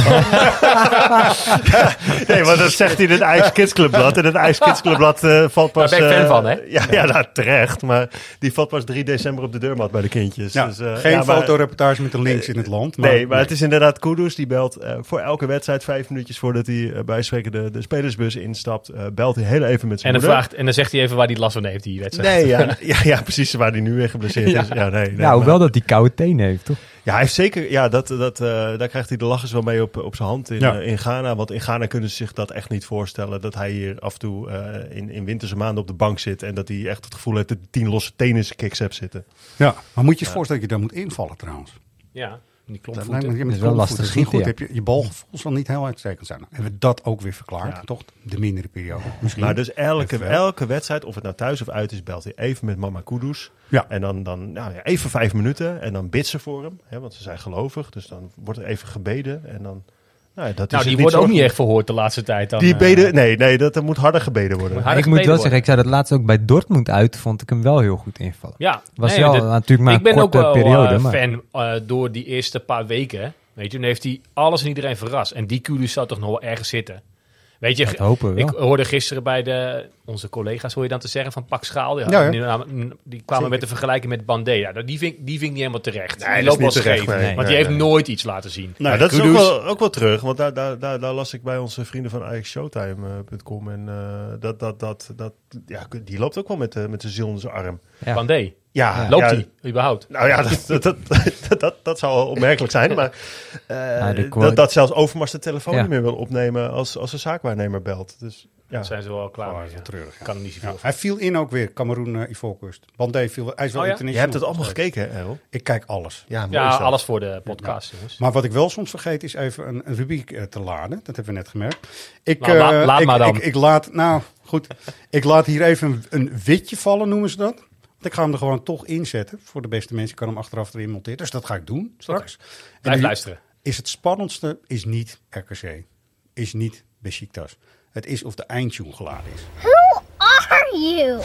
Nee, maar dat zegt hij in het Ajax Kids Clubblad. En het Ajax Kids Clubblad uh, valt pas... Daar ben ik fan uh, van, hè? Ja, ja nou, terecht. Maar die valt pas drie december op de deurmat bij de kindjes. Ja, dus, uh, geen ja, fotoreportage met de links in het land. Maar, nee, maar nee. Het is inderdaad Kudus. Die belt uh, voor elke wedstrijd vijf minuutjes voordat hij uh, bij spreken de, de spelersbus instapt. Uh, belt hij heel even met zijn en dan moeder. Vraagt, en dan zegt hij even waar hij last van heeft, die wedstrijd. Nee, ja, ja, ja precies waar hij nu weer geblesseerd ja. is. Ja, nee, nee, ja, hoewel dat hij koude tenen heeft, toch? Ja, hij heeft zeker, ja, dat, dat, uh, daar krijgt hij de lachers wel mee op, op zijn hand in, ja. uh, in Ghana. Want in Ghana kunnen ze zich dat echt niet voorstellen. Dat hij hier af en toe uh, in, in winterse maanden op de bank zit. En dat hij echt het gevoel heeft dat hij tien losse tenen in zijn kicks hebt zitten. Ja, maar moet je je ja. voorstellen dat je daar moet invallen trouwens. Ja, die klopt. Dat, dat is wel lastig. Misschien goed, ja. heb je, je balgevoel zal niet heel uitstekend zijn. Nou, hebben we dat ook weer verklaard, ja. toch? De mindere periode. Misschien. Maar dus elke, elke wedstrijd, of het nou thuis of uit is, belt hij even met mama Kudus. Ja. En dan, dan nou ja, even vijf minuten en dan bidt ze voor hem. Hè, want ze zijn gelovig, dus dan wordt er even gebeden. En dan, nou, ja, dat nou is die worden ook niet echt verhoord de laatste tijd. Dan, die uh, beden, nee, nee dat, dat moet harder gebeden worden. Harder ik gebeden moet wel worden. zeggen, ik zei dat laatst ook bij Dortmund uit, vond ik hem wel heel goed invallen. Ja. Was nee, wel de, natuurlijk maar een korte periode. Ik ben ook wel uh, maar. fan uh, door die eerste paar weken. Weet je, toen heeft hij alles en iedereen verrast. En die Kudus zou toch nog wel ergens zitten. Weet je, hopen we ik hoorde gisteren bij de, onze collega's, hoor je dan te zeggen, van Pak Schaal. Die, ja, ja. die, die kwamen Zeker. met de vergelijking met Bandé. Ja, die vind, die vind ik niet helemaal terecht. Nee, die loopt wel scheef. Nee. Nee. Want die nee, heeft nee. nooit iets laten zien. Nou, maar dat Kudus, is ook wel, ook wel terug. Want daar, daar, daar, daar las ik bij onze vrienden van Ajax Showtime punt com. En uh, dat, dat, dat, dat, ja, die loopt ook wel met, uh, met zijn ziel in zijn arm. Ja. Bandé? Ja, loopt ja, hij überhaupt? Nou ja, dat, dat, dat, dat, dat, dat zou wel opmerkelijk zijn. Maar uh, nou, dat, dat zelfs Overmars de telefoon ja. niet meer wil opnemen als, als een zaakwaarnemer belt. Dus ja. Dat zijn ze wel klaar oh, mee. Ja. Terug, ja. Kan er niet zoveel. Ja. Hij viel in ook weer, Cameroen, uh, Ivoorkust. Bandé viel, hij is wel oh, ja? international. Je hebt het allemaal gekeken, hè, Errol? Ik kijk alles. Ja, mooi ja zo. alles voor de podcast. Ja. Maar wat ik wel soms vergeet is even een, een rubriek uh, te laden. Dat hebben we net gemerkt. Ik, nou, la, uh, laat ik, maar dan. Ik, ik laat, nou goed, ik laat hier even een, een witje vallen, noemen ze dat. Want ik ga hem er gewoon toch inzetten. Voor de beste mensen, ik kan hem achteraf erin monteren. Dus dat ga ik doen straks. Okay. Blijf en luisteren. Is het spannendste is niet R K C. Is niet Besiktas. Het is of de eindtune geladen is. Who are you?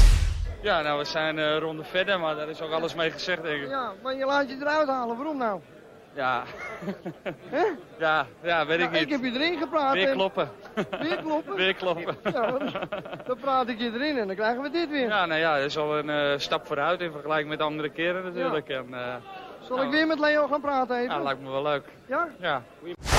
Ja, nou we zijn een uh, ronde verder, maar daar is ook alles mee gezegd denk ik. Ja, maar je laat je eruit halen. Waarom nou? Ja. ja, ja, weet ik nou, niet. Ik heb je erin gepraat. Weer en... kloppen. Weer kloppen? Weer kloppen. Ja, dan, dan praat ik je erin en dan krijgen we dit weer. Ja, nou ja, dat is al een uh, stap vooruit in vergelijking met andere keren natuurlijk. Ja. En, uh, Zal nou, ik weer met Leo gaan praten even? Ja, lijkt me wel leuk. Ja? Ja.